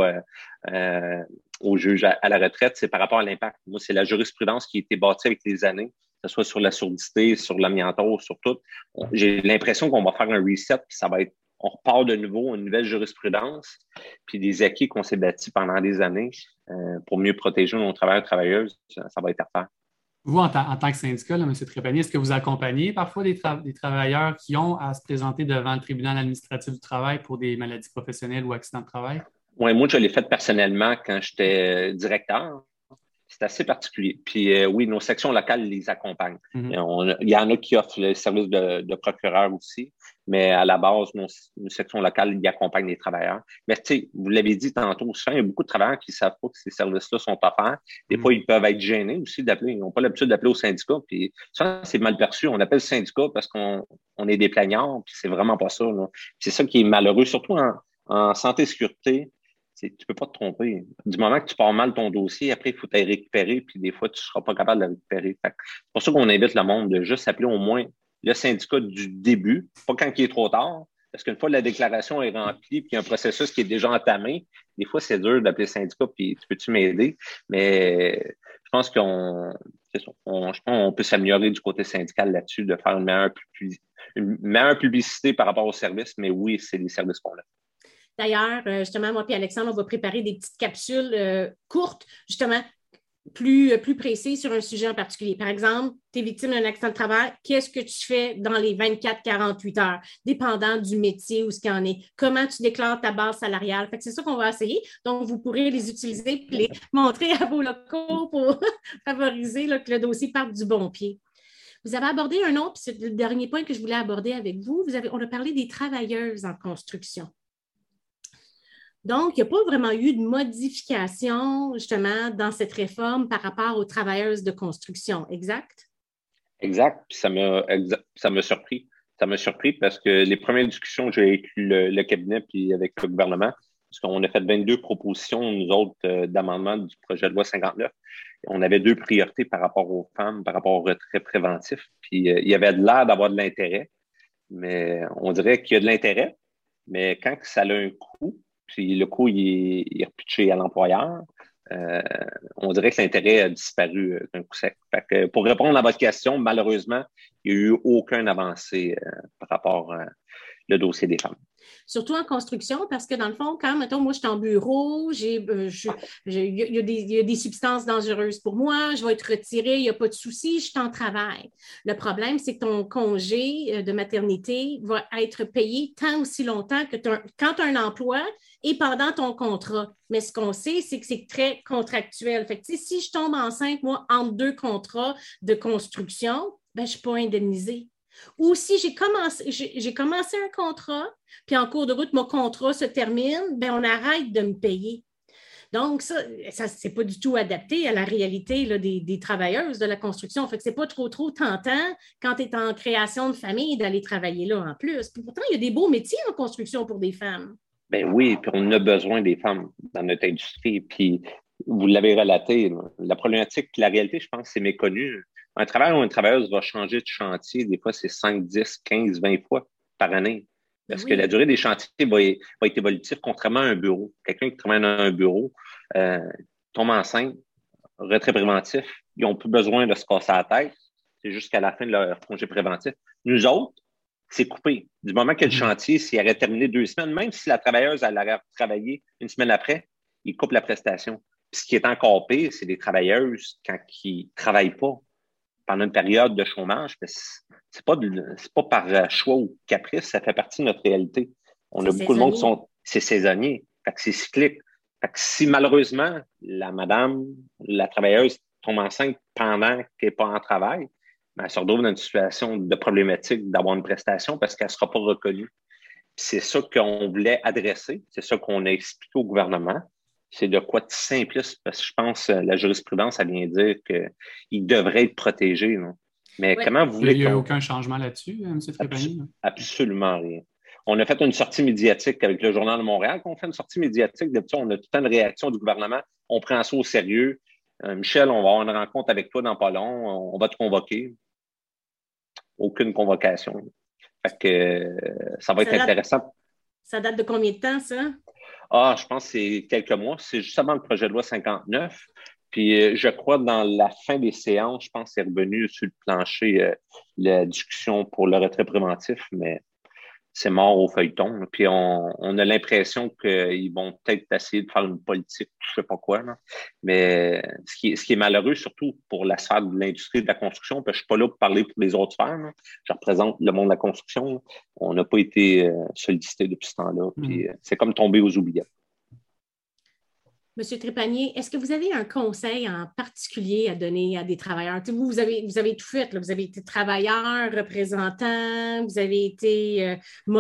au juge à la retraite, c'est par rapport à l'impact. Moi, c'est la jurisprudence qui a été bâtie avec les années, que ce soit sur la surdité, sur l'amianto, sur tout. J'ai l'impression qu'on va faire un reset, puis ça va être, on repart de nouveau, une nouvelle jurisprudence, puis des acquis qu'on s'est bâtis pendant des années pour mieux protéger nos travailleurs et travailleuses, ça va être à faire. Vous, en tant que syndicat, là, M. Trépanier, est-ce que vous accompagnez parfois des travailleurs qui ont à se présenter devant le tribunal administratif du travail pour des maladies professionnelles ou accidents de travail? Oui, moi, je l'ai fait personnellement quand j'étais directeur. C'est assez particulier. Puis oui, nos sections locales les accompagnent. Il y en a qui offrent le service de procureur aussi, mais à la base, nos sections locales y accompagnent les travailleurs. Mais tu sais, vous l'avez dit tantôt, souvent, il y a beaucoup de travailleurs qui ne savent pas que ces services-là sont offerts. Des fois, ils peuvent être gênés aussi d'appeler. Ils n'ont pas l'habitude d'appeler au syndicat. Puis ça, c'est mal perçu. On appelle le syndicat parce qu'on est des plaignards, puis c'est vraiment pas ça, là. C'est ça qui est malheureux, surtout en santé et sécurité. Tu peux pas te tromper. Du moment que tu pars mal ton dossier, après, il faut t'y récupérer, puis des fois, tu seras pas capable de le récupérer. C'est pour ça qu'on invite le monde de juste appeler au moins le syndicat du début, pas quand il est trop tard, parce qu'une fois que la déclaration est remplie, puis il y a un processus qui est déjà entamé, des fois, c'est dur d'appeler le syndicat, puis tu peux-tu m'aider? Mais je pense c'est ça. Je pense qu'on peut s'améliorer du côté syndical là-dessus, de faire une meilleure publicité par rapport aux services, mais oui, c'est des services qu'on a. D'ailleurs, justement, moi et Alexandre, on va préparer des petites capsules courtes, justement, plus précises sur un sujet en particulier. Par exemple, tu es victime d'un accident de travail, qu'est-ce que tu fais dans les 24-48 heures, dépendant du métier ou ce qu'il en est? Comment tu déclares ta base salariale? Fait que c'est ça qu'on va essayer. Donc, vous pourrez les utiliser et les montrer à vos locaux pour favoriser là, que le dossier parte du bon pied. Vous avez abordé un autre, puis c'est le dernier point que je voulais aborder avec vous. On a parlé des travailleuses en construction. Donc, il n'y a pas vraiment eu de modification, justement, dans cette réforme par rapport aux travailleuses de construction, exact? Exact. Puis ça m'a surpris. Ça m'a surpris parce que les premières discussions que j'ai avec le cabinet puis avec le gouvernement, parce qu'on a fait 22 propositions, nous autres, d'amendement du projet de loi 59. On avait 2 priorités par rapport aux femmes, par rapport au retrait préventif. Puis il y avait de l'air d'avoir de l'intérêt, mais on dirait qu'il y a de l'intérêt, mais quand ça a un coût, puis le coût il est repitché à l'employeur, on dirait que l'intérêt a disparu d'un coup sec. Fait que pour répondre à votre question, malheureusement, il n'y a eu aucune avancée par rapport au dossier des femmes. Surtout en construction, parce que dans le fond, quand, mettons, moi, je suis en bureau, il y a des substances dangereuses pour moi, je vais être retirée, il n'y a pas de souci, je suis en travail. Le problème, c'est que ton congé de maternité va être payé tant aussi longtemps que quand tu as un emploi et pendant ton contrat. Mais ce qu'on sait, c'est que c'est très contractuel. Fait que, si je tombe enceinte, moi, entre 2 contrats de construction, ben, je ne suis pas indemnisée. Ou si j'ai commencé un contrat, puis en cours de route, mon contrat se termine, bien, on arrête de me payer. Donc, ça c'est pas du tout adapté à la réalité là, des travailleuses de la construction. Fait que c'est pas trop tentant quand tu es en création de famille d'aller travailler là en plus. Puis pourtant, il y a des beaux métiers en construction pour des femmes. Ben oui, puis on a besoin des femmes dans notre industrie. Puis vous l'avez relaté, la problématique, la réalité, je pense, c'est méconnu. Un travailleur ou une travailleuse va changer de chantier, des fois, c'est 5, 10, 15, 20 fois par année. Parce que la durée des chantiers va être évolutive, contrairement à un bureau. Quelqu'un qui travaille dans un bureau tombe enceinte, retrait préventif, ils n'ont plus besoin de se casser la tête. C'est jusqu'à la fin de leur congé préventif. Nous autres, c'est coupé. Du moment que le chantier, s'il aurait terminé 2 semaines, même si la travailleuse elle aurait travaillé 1 semaine après, ils coupent la prestation. Puis ce qui est encore pire, c'est des travailleuses quand ils ne travaillent pas pendant une période de chômage. C'est pas par choix ou caprice, ça fait partie de notre réalité. On a beaucoup de monde qui c'est saisonnier, fait que c'est cyclique. Fait que si malheureusement la travailleuse tombe enceinte pendant qu'elle n'est pas en travail, ben, elle se retrouve dans une situation de problématique d'avoir une prestation parce qu'elle ne sera pas reconnue. Puis c'est ça qu'on voulait adresser, c'est ça qu'on a expliqué au gouvernement. C'est de quoi de simpliste, parce que je pense que la jurisprudence, ça vient dire qu'il devrait être protégé. Non? Mais comment vous voulez... Il n'y a aucun changement là-dessus, M. Trépanier? Absolument rien. On a fait une sortie médiatique avec le Journal de Montréal. Quand on fait une sortie médiatique, d'habitude, on a tout le temps une réaction du gouvernement. On prend ça au sérieux. Michel, on va avoir une rencontre avec toi dans pas long. On va te convoquer. Aucune convocation. Fait que ça va être intéressant. Ça date de combien de temps, ça? Je pense que c'est quelques mois. C'est justement le projet de loi 59. Puis je crois dans la fin des séances, je pense que c'est revenu sur le plancher la discussion pour le retrait préventif, mais c'est mort au feuilleton. Puis on a l'impression qu'ils vont peut-être essayer de faire une politique, je sais pas quoi. Là. Mais ce qui est malheureux, surtout pour la sphère de l'industrie de la construction, parce que je suis pas là pour parler pour les autres sphères. Là. Je représente le monde de la construction. Là. On n'a pas été sollicité depuis ce temps-là. Puis c'est comme tomber aux oubliettes. Monsieur Trépanier, est-ce que vous avez un conseil en particulier à donner à des travailleurs? Vous avez tout fait. Là. Vous avez été travailleur, représentant, vous avez été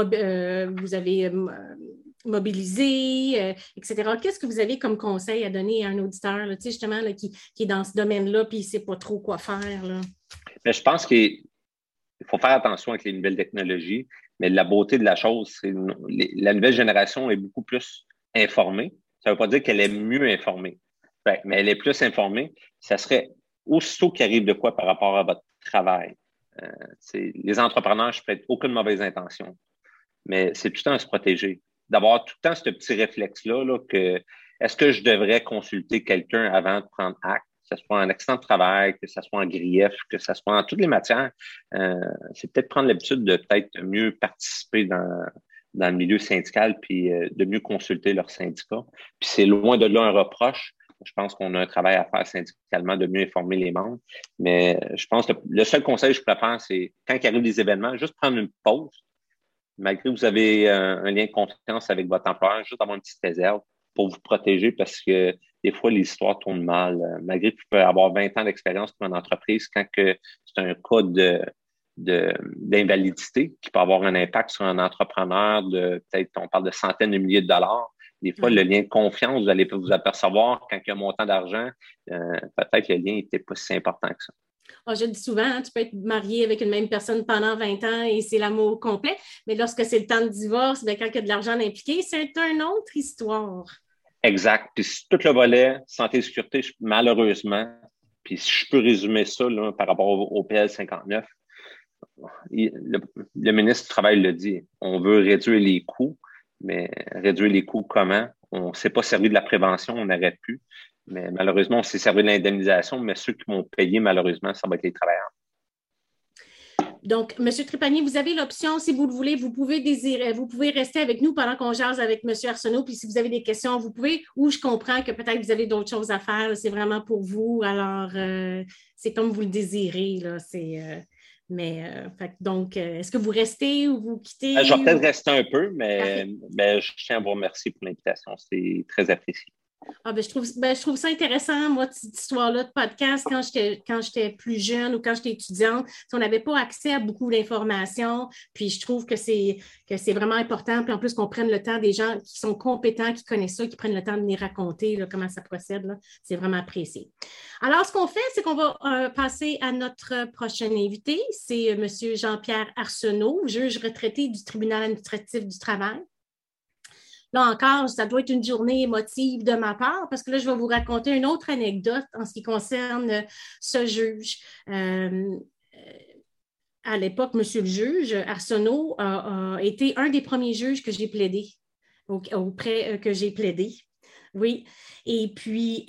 mobilisé, etc. Qu'est-ce que vous avez comme conseil à donner à un auditeur là, justement, là, qui est dans ce domaine-là et qui ne sait pas trop quoi faire? Là? Mais je pense qu'il faut faire attention avec les nouvelles technologies, mais la beauté de la chose, c'est la nouvelle génération est beaucoup plus informée. Ça ne veut pas dire qu'elle est mieux informée, mais elle est plus informée. Ça serait aussitôt qu'il arrive de quoi par rapport à votre travail. Les entrepreneurs, je ne prête aucune mauvaise intention, mais c'est tout le temps à se protéger. D'avoir tout le temps ce petit réflexe-là, que est-ce que je devrais consulter quelqu'un avant de prendre acte? ce soit en accident de travail, que ce soit en grief, que ce soit en toutes les matières, c'est peut-être prendre l'habitude de peut-être mieux participer dans le milieu syndical, puis de mieux consulter leur syndicat. Puis c'est loin de là un reproche. Je pense qu'on a un travail à faire syndicalement de mieux informer les membres. Mais je pense que le seul conseil que je préfère, c'est quand il arrive des événements, juste prendre une pause. Malgré que vous avez un lien de confiance avec votre employeur, juste avoir une petite réserve pour vous protéger parce que des fois, les histoires tournent mal. Malgré que vous pouvez avoir 20 ans d'expérience pour une entreprise, quand que c'est un cas d'invalidité qui peut avoir un impact sur un entrepreneur peut-être, on parle de centaines de milliers de dollars. Des fois, le lien de confiance, vous allez vous apercevoir quand il y a un montant d'argent, peut-être le lien n'était pas si important que ça. Oh, je le dis souvent, hein, tu peux être marié avec une même personne pendant 20 ans et c'est l'amour complet, mais lorsque c'est le temps de divorce, bien, quand il y a de l'argent impliqué, c'est une autre histoire. Exact. Puis tout le volet santé et sécurité, malheureusement, puis si je peux résumer ça là, par rapport au PL 59, le ministre du Travail le dit, on veut réduire les coûts, mais réduire les coûts comment? On ne s'est pas servi de la prévention, on aurait pu, mais malheureusement, on s'est servi de l'indemnisation, mais ceux qui vont payer, malheureusement, ça va être les travailleurs. Donc, M. Trépanier, vous avez l'option, si vous le voulez, vous pouvez rester avec nous pendant qu'on jase avec M. Arsenault, puis si vous avez des questions, vous pouvez, ou je comprends que peut-être vous avez d'autres choses à faire, là, c'est vraiment pour vous, alors c'est comme vous le désirez, là, donc, est-ce que vous restez ou vous quittez? Je vais peut-être rester un peu, mais je tiens à vous remercier pour l'invitation, c'est très apprécié. Je trouve ça intéressant, moi, cette histoire-là de podcast, quand j'étais plus jeune ou quand j'étais étudiante, on n'avait pas accès à beaucoup d'informations, puis je trouve que c'est vraiment important, puis en plus qu'on prenne le temps des gens qui sont compétents, qui connaissent ça, qui prennent le temps de nous raconter là, comment ça procède, là, c'est vraiment apprécié. Alors, ce qu'on fait, c'est qu'on va passer à notre prochain invité, c'est M. Jean-Pierre Arsenault, juge retraité du tribunal administratif du travail. Là encore, ça doit être une journée émotive de ma part parce que là, je vais vous raconter une autre anecdote en ce qui concerne ce juge. À l'époque, M. le juge Arsenault a été un des premiers juges que j'ai plaidé, que j'ai plaidé. Oui. Et puis,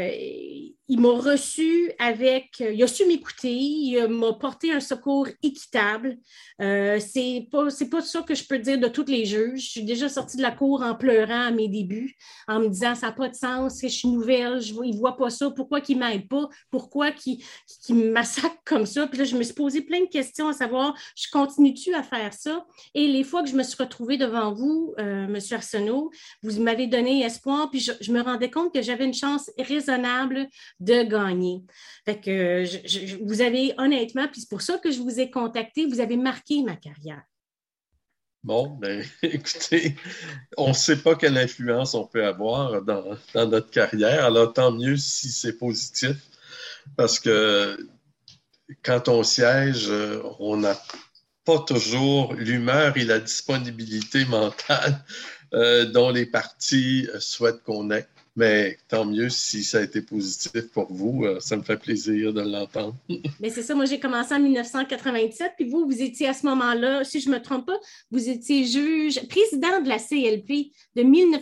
il m'a reçu il a su m'écouter, il m'a porté un secours équitable. C'est pas ça que je peux dire de tous les juges. Je suis déjà sortie de la cour en pleurant à mes débuts, en me disant ça n'a pas de sens, que je suis nouvelle, il ne voit pas ça, pourquoi il ne m'aide pas, pourquoi il me massacre comme ça. Puis là, je me suis posé plein de questions à savoir, je continue-tu à faire ça? Et les fois que je me suis retrouvée devant vous, M. Arsenault, vous m'avez donné espoir, puis je me rendais compte que j'avais une chance raisonnable de gagner. Fait que vous avez honnêtement, puis c'est pour ça que je vous ai contacté, vous avez marqué ma carrière. Bon, bien, écoutez, on ne sait pas quelle influence on peut avoir dans notre carrière, alors tant mieux si c'est positif, parce que quand on siège, on n'a pas toujours l'humeur et la disponibilité mentale dont les partis souhaitent qu'on ait. Mais tant mieux si ça a été positif pour vous. Ça me fait plaisir de l'entendre. Mais c'est ça, moi j'ai commencé en 1997, puis vous étiez à ce moment-là, si je ne me trompe pas, vous étiez président de la CLP de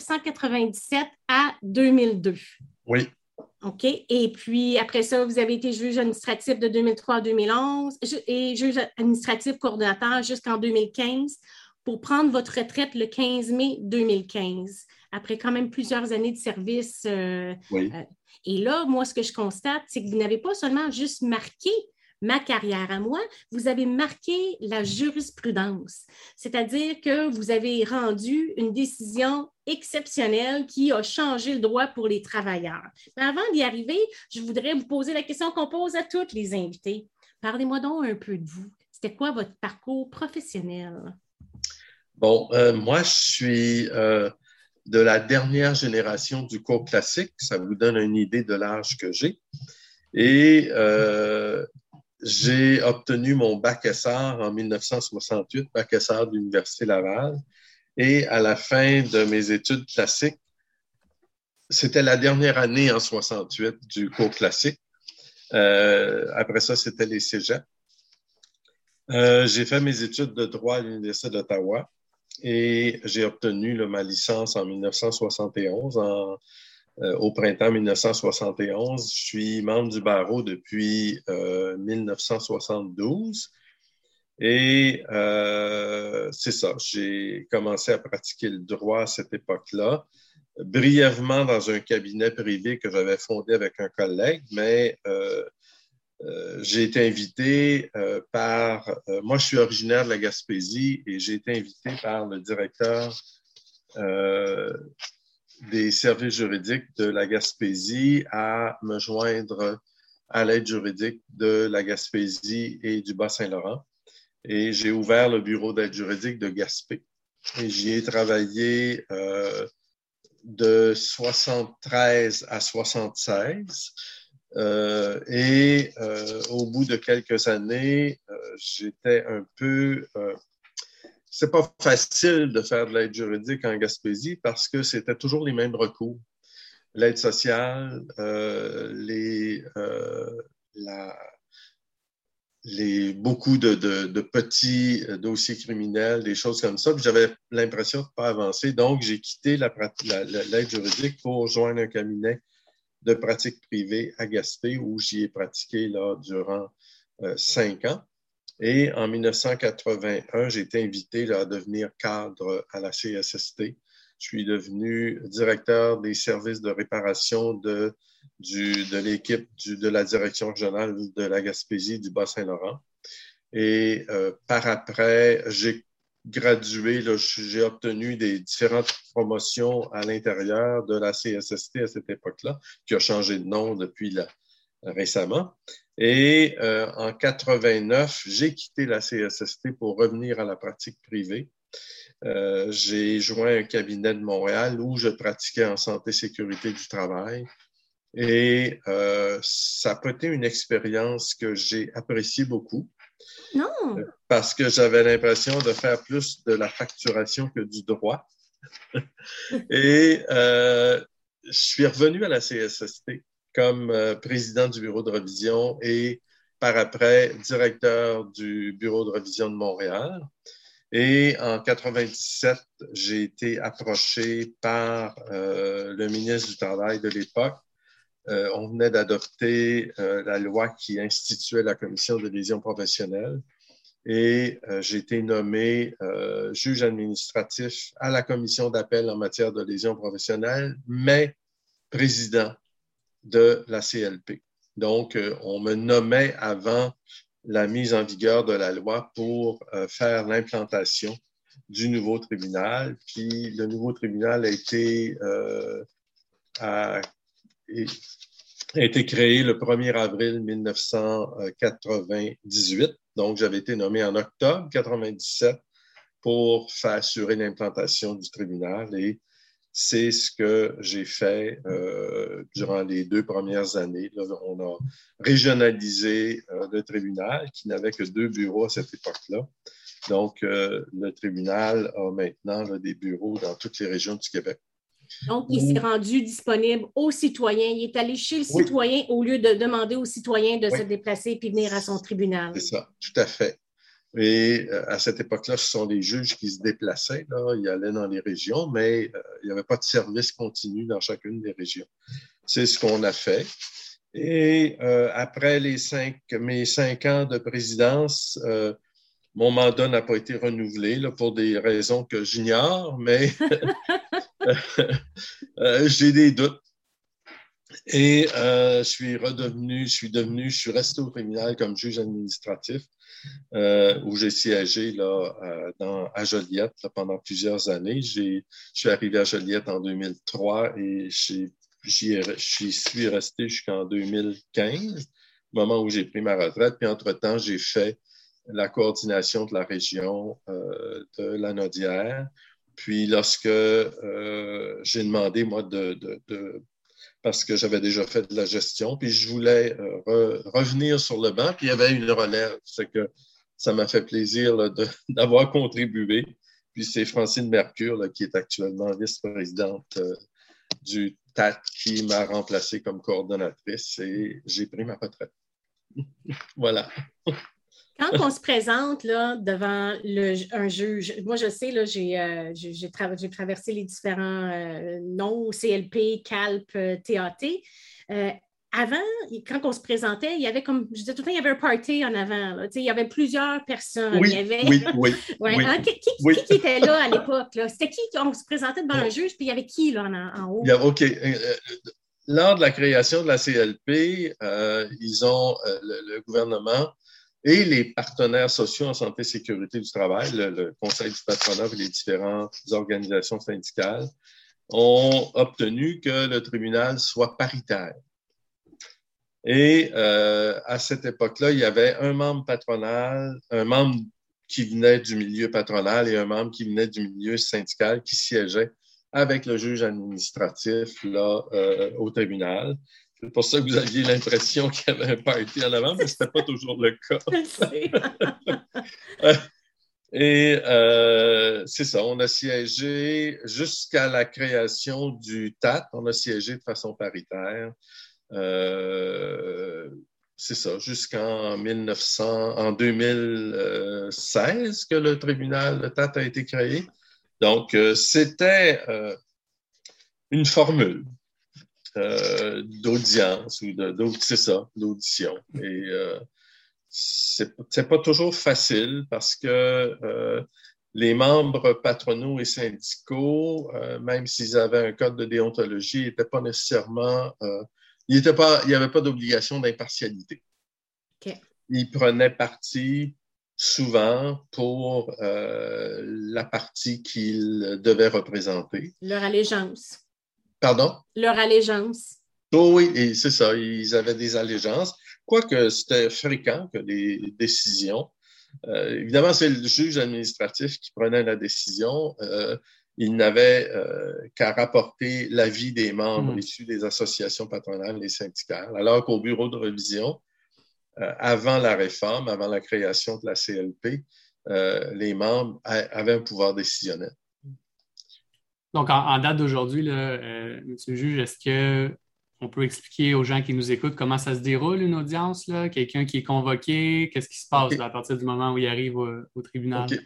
1997 à 2002. Oui. OK. Et puis, après ça, vous avez été juge administratif de 2003 à 2011 et juge administratif coordonnateur jusqu'en 2015 pour prendre votre retraite le 15 mai 2015. Après quand même plusieurs années de service. Oui. Et là, moi, ce que je constate, c'est que vous n'avez pas seulement juste marqué ma carrière à moi, vous avez marqué la jurisprudence. C'est-à-dire que vous avez rendu une décision exceptionnelle qui a changé le droit pour les travailleurs. Mais avant d'y arriver, je voudrais vous poser la question qu'on pose à tous les invités. Parlez-moi donc un peu de vous. C'était quoi votre parcours professionnel? Bon, moi, je suis de la dernière génération du cours classique. Ça vous donne une idée de l'âge que j'ai. Et j'ai obtenu mon bac SR en 1968, bac SR de l'Université Laval. Et à la fin de mes études classiques, c'était la dernière année en 68 du cours classique. Après ça, c'était les cégeps. J'ai fait mes études de droit à l'Université d'Ottawa et j'ai obtenu ma licence en 1971 au printemps 1971. Je suis membre du barreau depuis 1972. Et c'est ça, j'ai commencé à pratiquer le droit à cette époque-là, brièvement dans un cabinet privé que j'avais fondé avec un collègue, mais j'ai été invité moi je suis originaire de la Gaspésie et j'ai été invité par le directeur des services juridiques de la Gaspésie à me joindre à l'aide juridique de la Gaspésie et du Bas-Saint-Laurent. Et j'ai ouvert le bureau d'aide juridique de Gaspé. Et j'y ai travaillé de 73 à 76. Au bout de quelques années, j'étais un peu... c'est pas facile de faire de l'aide juridique en Gaspésie parce que c'était toujours les mêmes recours. L'aide sociale, beaucoup de petits dossiers criminels, des choses comme ça. Puis j'avais l'impression de ne pas avancer. Donc, j'ai quitté l'aide juridique pour joindre un cabinet de pratique privée à Gaspé où j'y ai pratiqué là, durant 5 ans. Et en 1981, j'ai été invité là, à devenir cadre à la CSST. Je suis devenu directeur des services de réparation de l'équipe de la direction régionale de la Gaspésie du Bas-Saint-Laurent. Et par après, j'ai gradué, là, j'ai obtenu des différentes promotions à l'intérieur de la CSST à cette époque-là, qui a changé de nom depuis récemment. Et en 89, j'ai quitté la CSST pour revenir à la pratique privée. J'ai joint un cabinet de Montréal où je pratiquais en santé-sécurité du travail. Et ça a été une expérience que j'ai appréciée beaucoup. Non! Parce que j'avais l'impression de faire plus de la facturation que du droit. Et je suis revenu à la CSST comme président du bureau de révision et par après directeur du bureau de révision de Montréal. Et en 97, j'ai été approché par le ministre du Travail de l'époque. On venait d'adopter la loi qui instituait la commission de lésion professionnelle et j'ai été nommé juge administratif à la commission d'appel en matière de lésion professionnelle, mais président de la CLP. Donc, on me nommait avant la mise en vigueur de la loi pour faire l'implantation du nouveau tribunal. Puis, le nouveau tribunal a été créé le 1er avril 1998. Donc, j'avais été nommé en octobre 1997 pour faire assurer l'implantation du tribunal et c'est ce que j'ai fait durant les 2 premières années. Là, on a régionalisé le tribunal qui n'avait que 2 bureaux à cette époque-là. Donc, le tribunal a maintenant là, des bureaux dans toutes les régions du Québec. Donc, il s'est rendu disponible aux citoyens. Il est allé chez le citoyen au lieu de demander aux citoyens de se déplacer et venir à son tribunal. C'est ça, tout à fait. Et à cette époque-là, ce sont des juges qui se déplaçaient. Là. Ils allaient dans les régions, mais il n'y avait pas de service continu dans chacune des régions. C'est ce qu'on a fait. Et après mes 5 ans de présidence, mon mandat n'a pas été renouvelé là, pour des raisons que j'ignore, mais j'ai des doutes. Et je suis resté au tribunal comme juge administratif où j'ai siégé là, à Joliette là, pendant plusieurs années. Je suis arrivé à Joliette en 2003 et j'y suis resté jusqu'en 2015, moment où j'ai pris ma retraite. Puis entre-temps, j'ai fait la coordination de la région de Lanaudière. Puis lorsque j'ai demandé, moi, parce que j'avais déjà fait de la gestion, puis je voulais revenir sur le banc, puis il y avait une relève. C'est que ça m'a fait plaisir là, d'avoir contribué. Puis c'est Francine Mercure, là, qui est actuellement vice-présidente du TAT, qui m'a remplacé comme coordonnatrice et j'ai pris ma retraite. Voilà. Quand on se présente là, devant un juge, moi je sais, là, j'ai traversé les différents noms, CLP, CALP, TAT. Avant, quand on se présentait, il y avait comme, je disais tout le temps, il y avait un party en avant. Là. Il y avait plusieurs personnes. Oui, il y avait... oui, oui. Ouais, oui, hein? Qui était là à l'époque? Là? C'était qui? On se présentait devant un juge, puis il y avait qui là, en haut? OK. Lors de la création de la CLP, ils ont le gouvernement et les partenaires sociaux en santé et sécurité du travail, le Conseil du patronat et les différentes organisations syndicales, ont obtenu que le tribunal soit paritaire. Et à cette époque-là, il y avait un membre patronal, un membre qui venait du milieu patronal et un membre qui venait du milieu syndical qui siégeait avec le juge administratif là, au tribunal. C'est pour ça que vous aviez l'impression qu'il y avait un party en avant, mais ce n'était pas toujours le cas. Et c'est ça, on a siégé jusqu'à la création du TAT, on a siégé de façon paritaire. C'est ça, jusqu'en 2016 que le TAT a été créé. Donc, c'était une formule d'audience ou c'est ça, d'audition. Et c'est pas toujours facile parce que les membres patronaux et syndicaux, même s'ils avaient un code de déontologie, n'étaient pas nécessairement... il n'y avait pas d'obligation d'impartialité. Okay. Ils prenaient parti souvent pour la partie qu'ils devaient représenter. Leur allégeance. Pardon? Leur allégeance. Oh oui, et c'est ça, ils avaient des allégeances. Quoique c'était fréquent que les décisions, évidemment, c'est le juge administratif qui prenait la décision. Il n'avait qu'à rapporter l'avis des membres issus des associations patronales et syndicales, alors qu'au bureau de révision, avant la réforme, avant la création de la CLP, les membres avaient un pouvoir décisionnel. Donc, en date d'aujourd'hui, Monsieur le juge, est-ce qu'on peut expliquer aux gens qui nous écoutent comment ça se déroule une audience? Là? Quelqu'un qui est convoqué, qu'est-ce qui se passe là, à partir du moment où il arrive au tribunal? Okay.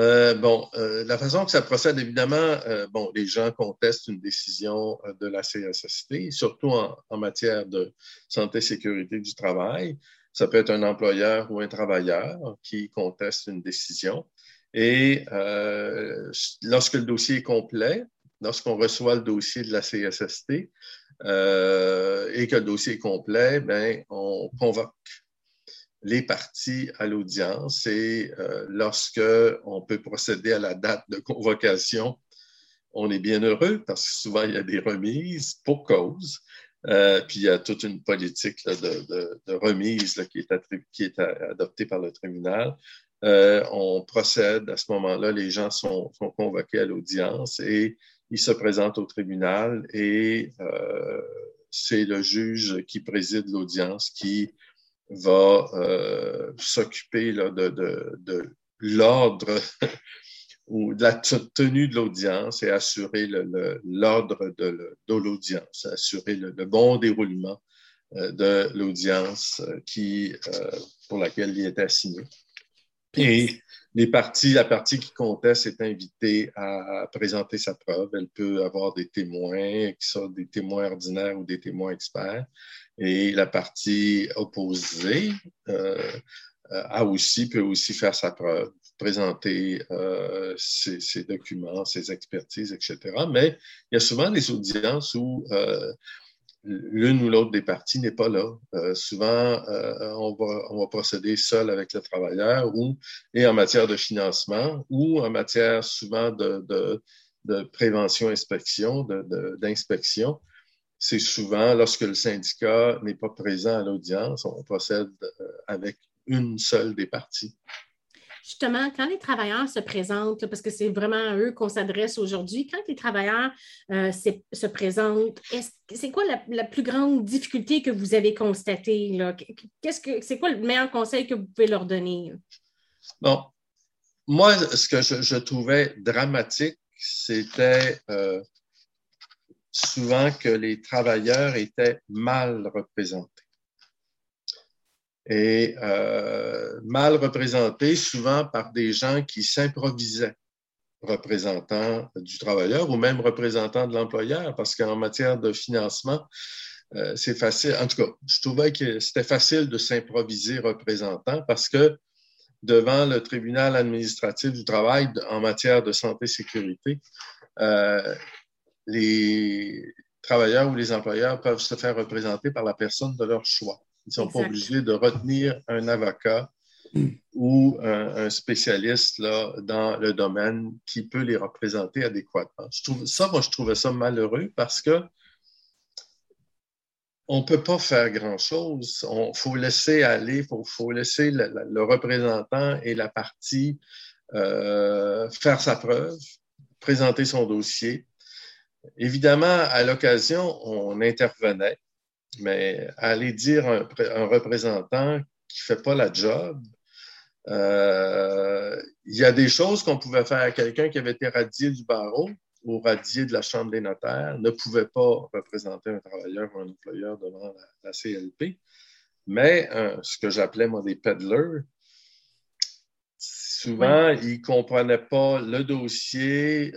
La façon que ça procède, évidemment, les gens contestent une décision de la CSST, surtout en matière de santé et sécurité du travail. Ça peut être un employeur ou un travailleur qui conteste une décision. Et lorsque le dossier est complet, lorsqu'on reçoit le dossier de la CSST et que le dossier est complet, ben, on convoque les parties à l'audience et lorsque on peut procéder à la date de convocation, on est bien heureux parce que souvent il y a des remises pour cause. Puis il y a toute une politique là, de remise là, qui est adoptée par le tribunal. On procède à ce moment-là, les gens sont convoqués à l'audience et ils se présentent au tribunal et c'est le juge qui préside l'audience qui va s'occuper là, de l'ordre ou de la tenue de l'audience et assurer l'ordre de l'audience, assurer le bon déroulement de l'audience pour laquelle il est assigné. Et la partie qui conteste est invitée à présenter sa preuve. Elle peut avoir des témoins qui sont des témoins ordinaires ou des témoins experts. Et la partie opposée peut aussi faire sa preuve, présenter ses documents, ses expertises, etc. Mais il y a souvent des audiences où l'une ou l'autre des parties n'est pas là. Souvent, on va procéder seul avec le travailleur et en matière de financement ou en matière souvent de prévention-inspection, d'inspection. C'est souvent, lorsque le syndicat n'est pas présent à l'audience, on procède avec une seule des parties. Justement, quand les travailleurs se présentent, parce que c'est vraiment à eux qu'on s'adresse aujourd'hui, quand les travailleurs se présentent, c'est quoi la plus grande difficulté que vous avez constatée? Là? C'est quoi le meilleur conseil que vous pouvez leur donner? Bon, moi, ce que je trouvais dramatique, c'était souvent que les travailleurs étaient mal représentés. et mal représentés souvent par des gens qui s'improvisaient représentants du travailleur ou même représentants de l'employeur, parce qu'en matière de financement, c'est facile. En tout cas, je trouvais que c'était facile de s'improviser représentant parce que devant le tribunal administratif du travail en matière de santé-sécurité, les travailleurs ou les employeurs peuvent se faire représenter par la personne de leur choix. Ils ne sont pas obligés de retenir un avocat ou un spécialiste là, dans le domaine qui peut les représenter adéquatement. Je trouvais ça malheureux parce que on ne peut pas faire grand-chose. Il faut laisser aller, faut laisser le représentant et la partie faire sa preuve, présenter son dossier. Évidemment, à l'occasion, on intervenait, mais aller dire à un représentant qui ne fait pas la job, il y a des choses qu'on pouvait faire à quelqu'un qui avait été radié du barreau ou radié de la Chambre des notaires, ne pouvait pas représenter un travailleur ou un employeur devant la CLP. Mais ce que j'appelais, moi, des peddlers, souvent, ils ne comprenaient pas le dossier,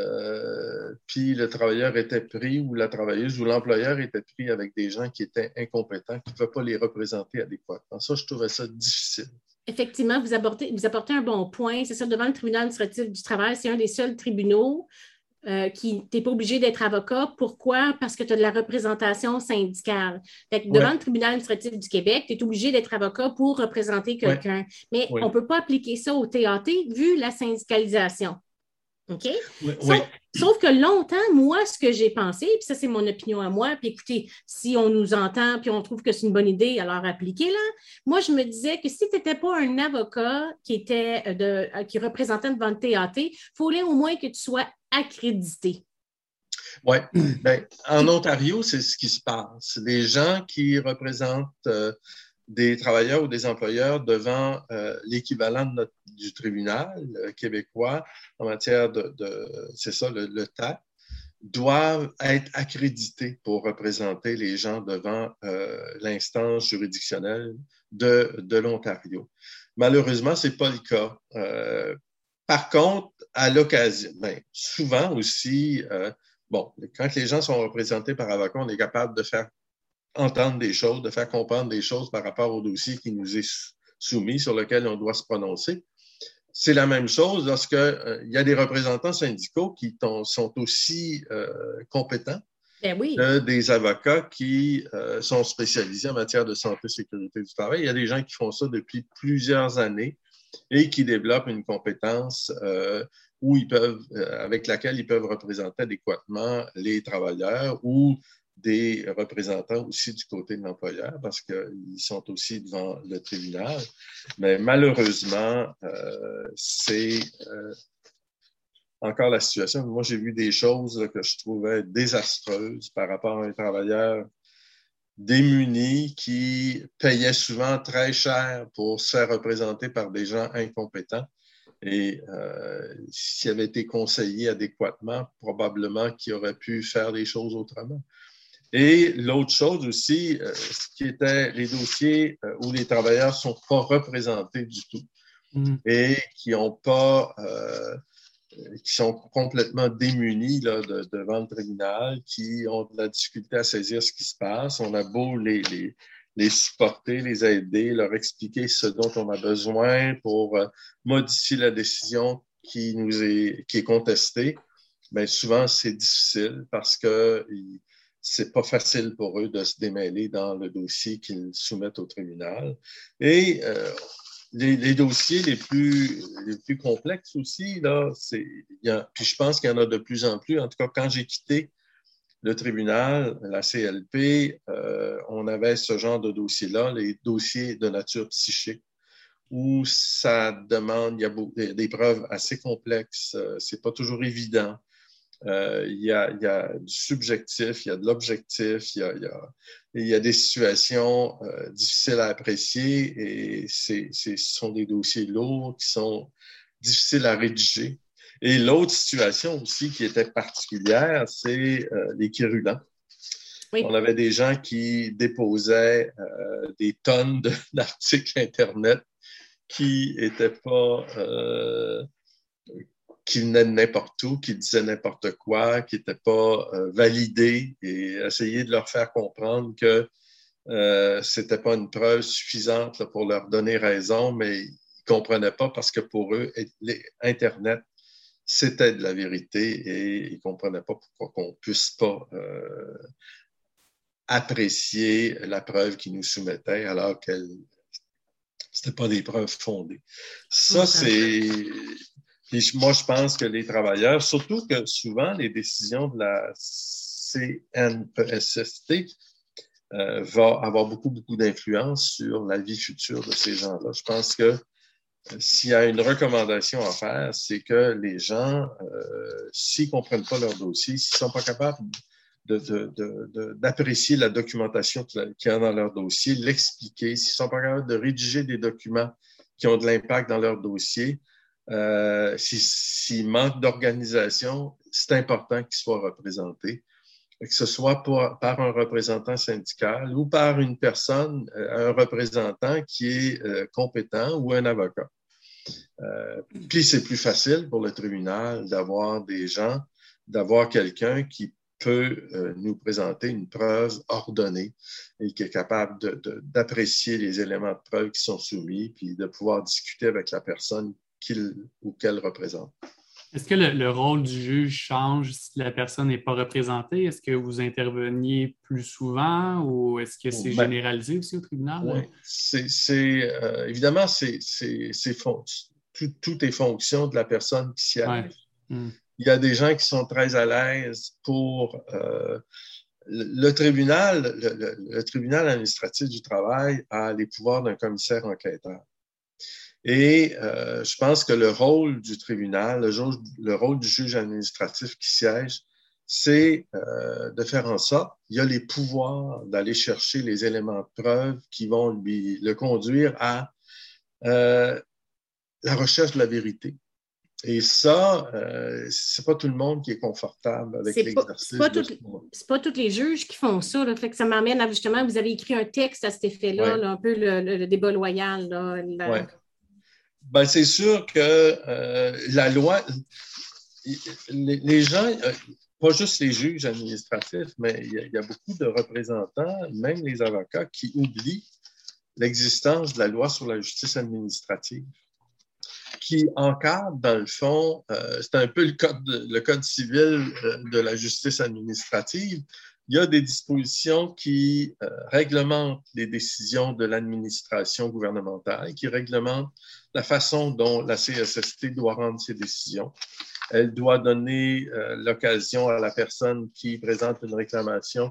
puis le travailleur était pris ou la travailleuse ou l'employeur était pris avec des gens qui étaient incompétents, qui ne pouvaient pas les représenter adéquatement. Ça, je trouvais ça difficile. Effectivement, vous apportez un bon point. C'est ça, devant le tribunal administratif du travail, c'est un des seuls tribunaux qui t'es pas obligé d'être avocat. Pourquoi? Parce que tu as de la représentation syndicale. Fait que devant le tribunal administratif du Québec, tu es obligé d'être avocat pour représenter quelqu'un. Mais on ne peut pas appliquer ça au TAT vu la syndicalisation. OK? Sauf que longtemps, moi, ce que j'ai pensé, puis ça, c'est mon opinion à moi, puis écoutez, si on nous entend puis on trouve que c'est une bonne idée, alors appliquez-la. Moi, je me disais que si tu n'étais pas un avocat qui représentait devant le TAT, il fallait au moins que tu sois accrédité. Oui. En Ontario, c'est ce qui se passe. Les gens qui représentent des travailleurs ou des employeurs devant l'équivalent du tribunal québécois en matière c'est ça, le TAT, doivent être accrédités pour représenter les gens devant l'instance juridictionnelle de l'Ontario. Malheureusement, ce n'est pas le cas. Par contre, à l'occasion, souvent aussi, quand les gens sont représentés par avocat, on est capable de faire entendre des choses, de faire comprendre des choses par rapport au dossier qui nous est soumis, sur lequel on doit se prononcer. C'est la même chose lorsqu'il y a des représentants syndicaux qui sont aussi compétents que des avocats qui sont spécialisés en matière de santé et sécurité du travail. Il y a des gens qui font ça depuis plusieurs années et qui développent une compétence avec laquelle ils peuvent représenter adéquatement les travailleurs ou des représentants aussi du côté de l'employeur parce qu'ils sont aussi devant le tribunal. Mais malheureusement, c'est encore la situation. Moi, j'ai vu des choses que je trouvais désastreuses par rapport à un travailleur démuni qui payait souvent très cher pour se faire représenter par des gens incompétents. Et s'il avait été conseillé adéquatement, probablement qu'il aurait pu faire les choses autrement. Et l'autre chose aussi, ce qui était les dossiers où les travailleurs ne sont pas représentés du tout et qui sont complètement démunis là, devant le tribunal, qui ont de la difficulté à saisir ce qui se passe. On a beau les supporter, les aider, leur expliquer ce dont on a besoin pour modifier la décision qui est contestée. Mais souvent, c'est difficile parce que c'est pas facile pour eux de se démêler dans le dossier qu'ils soumettent au tribunal. Et les dossiers les plus complexes aussi, là, puis je pense qu'il y en a de plus en plus. En tout cas, quand j'ai quitté le tribunal, la CLP, on avait ce genre de dossiers-là, les dossiers de nature psychique, où ça demande, il y a des preuves assez complexes, c'est pas toujours évident. Il y a du subjectif, il y a de l'objectif, il y a des situations difficiles à apprécier et ce sont des dossiers lourds qui sont difficiles à rédiger. Et l'autre situation aussi qui était particulière, c'est les quérulents. Oui. On avait des gens qui déposaient des tonnes d'articles Internet qui n'étaient pas, qui venaient de n'importe où, qui disaient n'importe quoi, qui n'étaient pas validés, et essayer de leur faire comprendre que c'était pas une preuve suffisante là, pour leur donner raison, mais ils comprenaient pas parce que pour eux, Internet, c'était de la vérité, et ils comprenaient pas pourquoi qu'on puisse pas apprécier la preuve qu'ils nous soumettaient alors qu'elle c'était pas des preuves fondées. Ça, c'est... Puis moi, je pense que les travailleurs, surtout que souvent, les décisions de la CNESST va avoir beaucoup, beaucoup d'influence sur la vie future de ces gens-là. Je pense que s'il y a une recommandation à faire, c'est que les gens, s'ils ne comprennent pas leur dossier, s'ils ne sont pas capables d'apprécier la documentation qu'il y a dans leur dossier, l'expliquer, s'ils ne sont pas capables de rédiger des documents qui ont de l'impact dans leur dossier, s'il manque d'organisation, c'est important qu'ils soient représentés, que ce soit par un représentant syndical ou par une personne, un représentant qui est compétent ou un avocat. Puis c'est plus facile pour le tribunal d'avoir quelqu'un qui peut nous présenter une preuve ordonnée et qui est capable d'apprécier les éléments de preuve qui sont soumis, puis de pouvoir discuter avec la personne qu'il ou qu'elle représente. Est-ce que le rôle du juge change si la personne n'est pas représentée? Est-ce que vous interveniez plus souvent ou est-ce que c'est généralisé aussi au tribunal? Oui, évidemment, tout est fonction de la personne qui s'y arrive. Ouais. Il y a des gens qui sont très à l'aise pour le tribunal. Le tribunal administratif du travail a les pouvoirs d'un commissaire enquêteur. Et je pense que le rôle du tribunal, le rôle du juge administratif qui siège, c'est de faire en sorte qu'il y a les pouvoirs d'aller chercher les éléments de preuve qui vont le conduire à la recherche de la vérité. Et ça, c'est pas tout le monde qui est confortable avec l'exercice. C'est pas tous les juges qui font ça. Là. Fait que ça m'amène à justement, vous avez écrit un texte à cet effet-là, ouais. Là, un peu le débat loyal. Là, ouais. Ben, c'est sûr que la loi, les gens, pas juste les juges administratifs, mais il y a beaucoup de représentants, même les avocats, qui oublient l'existence de la loi sur la justice administrative, qui encadre, dans le fond, c'est un peu le code civil de la justice administrative. Il y a des dispositions qui réglementent les décisions de l'administration gouvernementale, qui réglementent la façon dont la CSST doit rendre ses décisions. Elle doit donner l'occasion à la personne qui présente une réclamation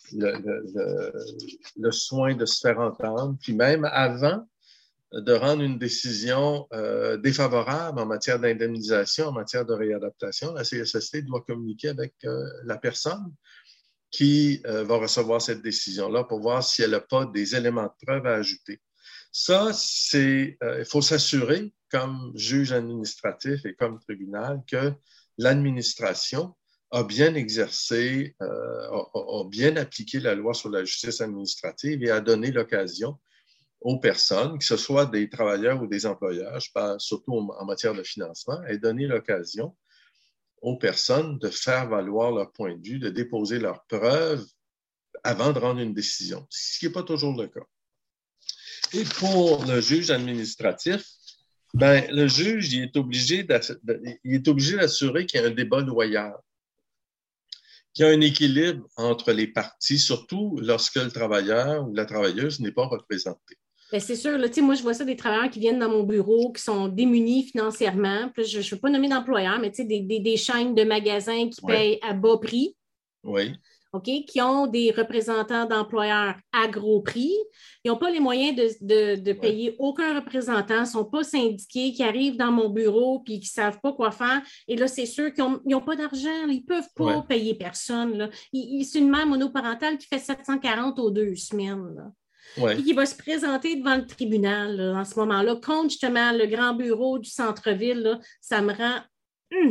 le soin de se faire entendre, puis même avant de rendre une décision défavorable en matière d'indemnisation, en matière de réadaptation, la CSST doit communiquer avec la personne qui va recevoir cette décision-là pour voir si elle n'a pas des éléments de preuve à ajouter. Ça, il faut s'assurer, comme juge administratif et comme tribunal, que l'administration a bien exercé, a bien appliqué la loi sur la justice administrative et a donné l'occasion aux personnes, que ce soit des travailleurs ou des employeurs, je parle surtout en matière de financement, a donné l'occasion aux personnes de faire valoir leur point de vue, de déposer leurs preuves avant de rendre une décision, ce qui n'est pas toujours le cas. Et pour le juge administratif, ben, le juge il est obligé d'assurer qu'il y a un débat loyal, qu'il y a un équilibre entre les parties, surtout lorsque le travailleur ou la travailleuse n'est pas représenté. Bien, c'est sûr, là, moi, je vois ça des travailleurs qui viennent dans mon bureau, qui sont démunis financièrement. Puis je ne veux pas nommer d'employeurs, mais des chaînes de magasins qui payent à bas prix. Oui. OK, qui ont des représentants d'employeurs à gros prix. Ils n'ont pas les moyens de payer aucun représentant, ils ne sont pas syndiqués, qui arrivent dans mon bureau puis qui ne savent pas quoi faire. Et là, c'est sûr qu'ils n'ont pas d'argent, ils ne peuvent pas payer personne. Là. C'est une mère monoparentale qui fait 740 aux 2 semaines. Là. Ouais. Puis qui va se présenter devant le tribunal là, en ce moment-là, contre justement le grand bureau du centre-ville. Là, ça me rend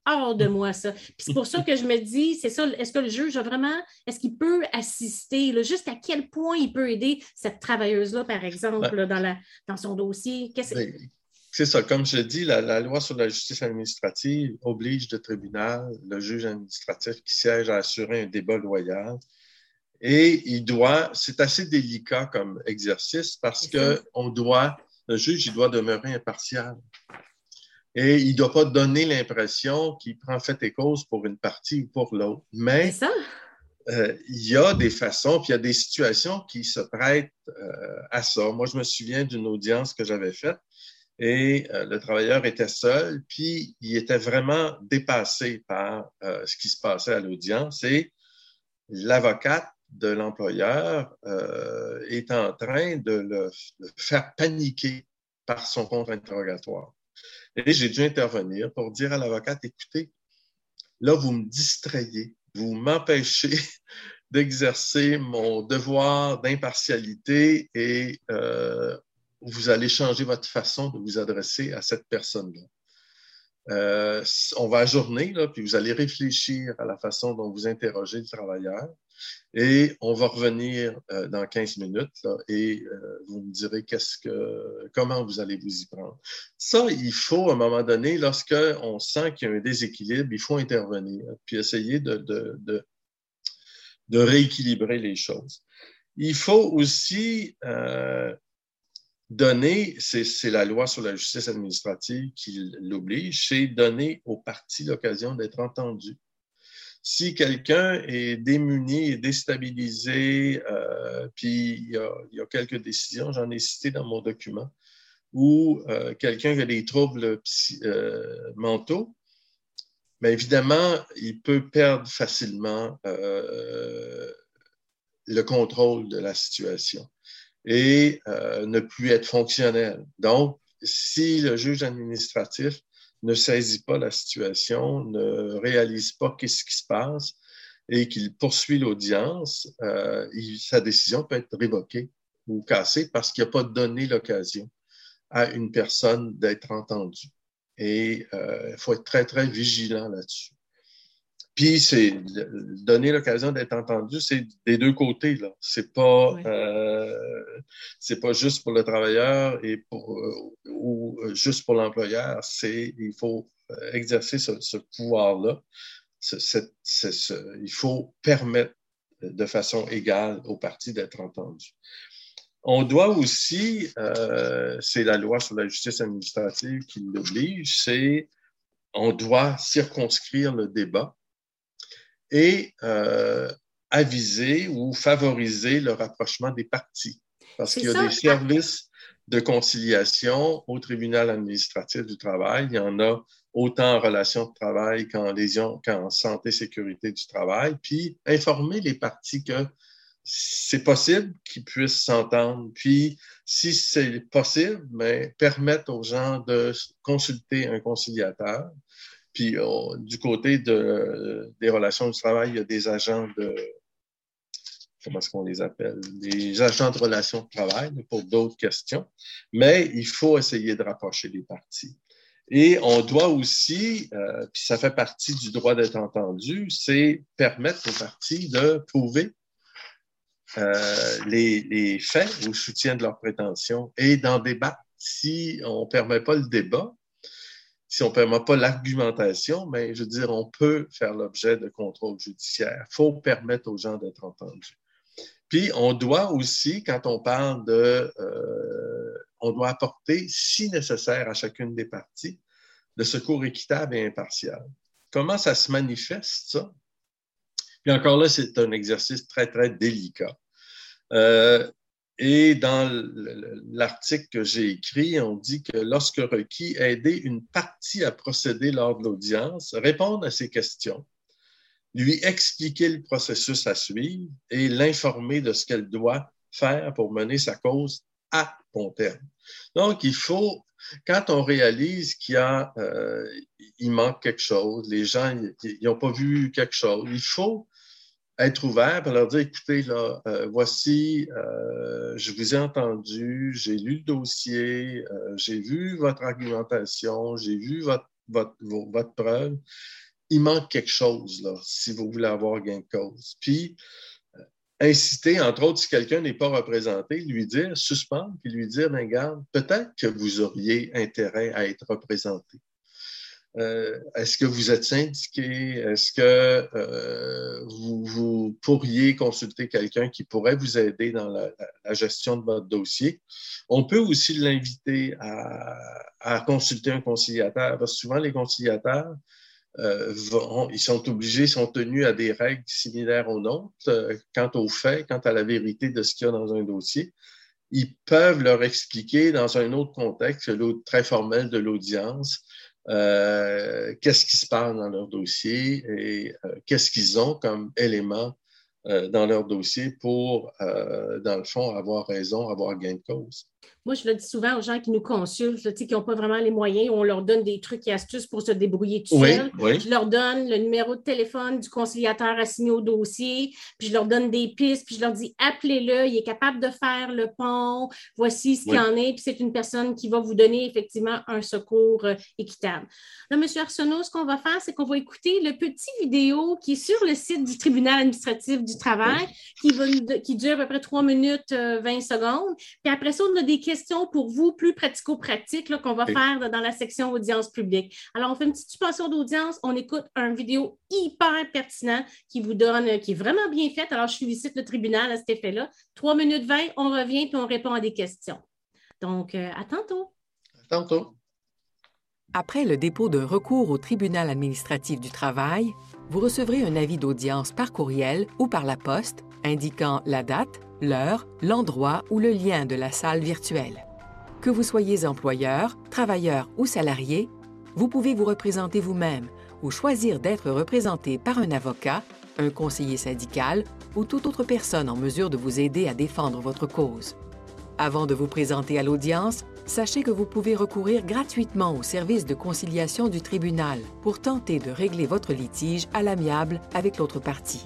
hors de moi, ça. Puis c'est pour ça que je me dis, c'est ça, est-ce que le juge a vraiment, est-ce qu'il peut assister, là, juste à quel point il peut aider cette travailleuse-là, par exemple, là, dans son dossier? C'est ça, comme je dis, la loi sur la justice administrative oblige le tribunal, le juge administratif qui siège à assurer un débat loyal. Et c'est assez délicat comme exercice parce que le juge, il doit demeurer impartial. Et il ne doit pas donner l'impression qu'il prend fait et cause pour une partie ou pour l'autre. Mais il y a des façons, puis il y a des situations qui se prêtent à ça. Moi, je me souviens d'une audience que j'avais faite et le travailleur était seul, puis il était vraiment dépassé par ce qui se passait à l'audience. Et l'avocate de l'employeur est en train de le faire paniquer par son contre-interrogatoire. Et j'ai dû intervenir pour dire à l'avocate, écoutez, là, vous me distrayez, vous m'empêchez d'exercer mon devoir d'impartialité et vous allez changer votre façon de vous adresser à cette personne-là. On va ajourner, là, puis vous allez réfléchir à la façon dont vous interrogez le travailleur et on va revenir dans 15 minutes là, et vous me direz comment vous allez vous y prendre. Ça, il faut à un moment donné, lorsqu'on sent qu'il y a un déséquilibre, il faut intervenir puis essayer de rééquilibrer les choses. Il faut aussi donner, c'est la loi sur la justice administrative qui l'oblige, c'est donner aux parties l'occasion d'être entendues. Si quelqu'un est démuni et déstabilisé, puis il y a quelques décisions, j'en ai cité dans mon document, où quelqu'un qui a des troubles mentaux, bien évidemment, il peut perdre facilement le contrôle de la situation et ne plus être fonctionnel. Donc, si le juge administratif ne saisit pas la situation, ne réalise pas qu'est-ce qui se passe et qu'il poursuit l'audience, sa décision peut être révoquée ou cassée parce qu'il n'a pas donné l'occasion à une personne d'être entendue. Et il faut être très, très vigilant là-dessus. Puis, donner l'occasion d'être entendu, c'est des deux côtés, là. C'est pas juste pour le travailleur ou juste pour l'employeur. Il faut exercer ce pouvoir-là. Il faut permettre de façon égale aux parties d'être entendues. On doit aussi, c'est la loi sur la justice administrative qui l'oblige, on doit circonscrire le débat et aviser ou favoriser le rapprochement des parties. Parce qu'il y a des services de conciliation au tribunal administratif du travail. Il y en a autant en relation de travail qu'en santé et sécurité du travail. Puis informer les parties que c'est possible qu'ils puissent s'entendre. Puis, si c'est possible, mais permettre aux gens de consulter un conciliateur. Puis, du côté des relations du travail, il y a des agents comment est-ce qu'on les appelle? Des agents de relations de travail pour d'autres questions. Mais il faut essayer de rapprocher les parties. Et on doit aussi, puis ça fait partie du droit d'être entendu, c'est permettre aux parties de prouver les faits au soutien de leurs prétentions et d'en débattre. Si on ne permet pas le débat, si on ne permet pas l'argumentation, mais je veux dire, on peut faire l'objet de contrôle judiciaire. Il faut permettre aux gens d'être entendus. Puis, on doit aussi, quand on parle on doit apporter, si nécessaire à chacune des parties, le secours équitable et impartial. Comment ça se manifeste, ça? Puis encore là, c'est un exercice très, très délicat. Et dans l'article que j'ai écrit, on dit que lorsque requis, aider une partie à procéder lors de l'audience, répondre à ses questions, lui expliquer le processus à suivre et l'informer de ce qu'elle doit faire pour mener sa cause à bon terme. Donc, il faut, quand on réalise qu'il manque quelque chose, les gens n'ont pas vu quelque chose, il faut être ouvert et leur dire, écoutez, là, voici, je vous ai entendu, j'ai lu le dossier, j'ai vu votre argumentation, j'ai vu votre preuve, il manque quelque chose là, si vous voulez avoir gain de cause. Puis, inciter, entre autres, si quelqu'un n'est pas représenté, lui dire, suspendre, puis lui dire, ben, regarde, peut-être que vous auriez intérêt à être représenté. Est-ce que vous êtes syndiqué? Est-ce que vous pourriez consulter quelqu'un qui pourrait vous aider dans la gestion de votre dossier? On peut aussi l'inviter à consulter un conciliateur, parce que souvent les conciliateurs, ils sont tenus à des règles similaires aux nôtres quant aux faits, quant à la vérité de ce qu'il y a dans un dossier. Ils peuvent leur expliquer dans un autre contexte, très formel de l'audience, qu'est-ce qui se passe dans leur dossier et qu'est-ce qu'ils ont comme élément dans leur dossier pour, dans le fond, avoir raison, avoir gain de cause. Moi, je le dis souvent aux gens qui nous consultent, qui n'ont pas vraiment les moyens, on leur donne des trucs et astuces pour se débrouiller tout seul. Oui. Je leur donne le numéro de téléphone du conciliateur assigné au dossier, puis je leur donne des pistes, puis je leur dis appelez-le, il est capable de faire le pont, voici ce qu'il en est, puis c'est une personne qui va vous donner effectivement un secours équitable. Là, M. Arsenault, ce qu'on va faire, c'est qu'on va écouter le petit vidéo qui est sur le site du tribunal administratif du travail, qui dure à peu près 3 minutes 20 secondes. Puis après ça, on a des questions pour vous plus pratico-pratiques là, qu'on va faire dans la section audience publique. Alors, on fait une petite suspension d'audience, on écoute un vidéo hyper pertinent qui vous donne, qui est vraiment bien faite. Alors, je félicite le tribunal à cet effet-là. 3 minutes 20, on revient puis on répond à des questions. Donc, à tantôt. À tantôt. Après le dépôt d'un recours au tribunal administratif du travail, vous recevrez un avis d'audience par courriel ou par la poste indiquant la date, l'heure, l'endroit ou le lien de la salle virtuelle. Que vous soyez employeur, travailleur ou salarié, vous pouvez vous représenter vous-même ou choisir d'être représenté par un avocat, un conseiller syndical ou toute autre personne en mesure de vous aider à défendre votre cause. Avant de vous présenter à l'audience, sachez que vous pouvez recourir gratuitement au service de conciliation du tribunal pour tenter de régler votre litige à l'amiable avec l'autre partie.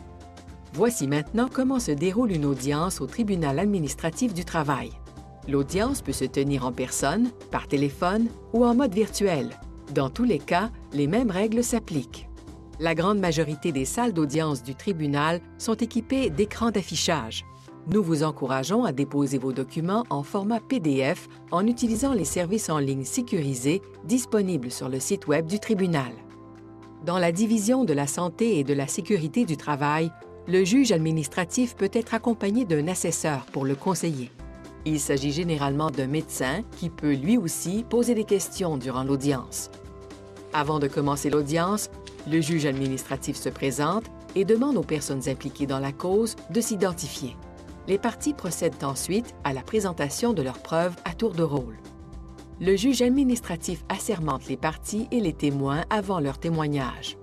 Voici maintenant comment se déroule une audience au tribunal administratif du travail. L'audience peut se tenir en personne, par téléphone ou en mode virtuel. Dans tous les cas, les mêmes règles s'appliquent. La grande majorité des salles d'audience du tribunal sont équipées d'écrans d'affichage. Nous vous encourageons à déposer vos documents en format PDF en utilisant les services en ligne sécurisés disponibles sur le site Web du tribunal. Dans la division de la santé et de la sécurité du travail, le juge administratif peut être accompagné d'un assesseur pour le conseiller. Il s'agit généralement d'un médecin qui peut lui aussi poser des questions durant l'audience. Avant de commencer l'audience, le juge administratif se présente et demande aux personnes impliquées dans la cause de s'identifier. Les parties procèdent ensuite à la présentation de leurs preuves à tour de rôle. Le juge administratif assermente les parties et les témoins avant leur témoignage.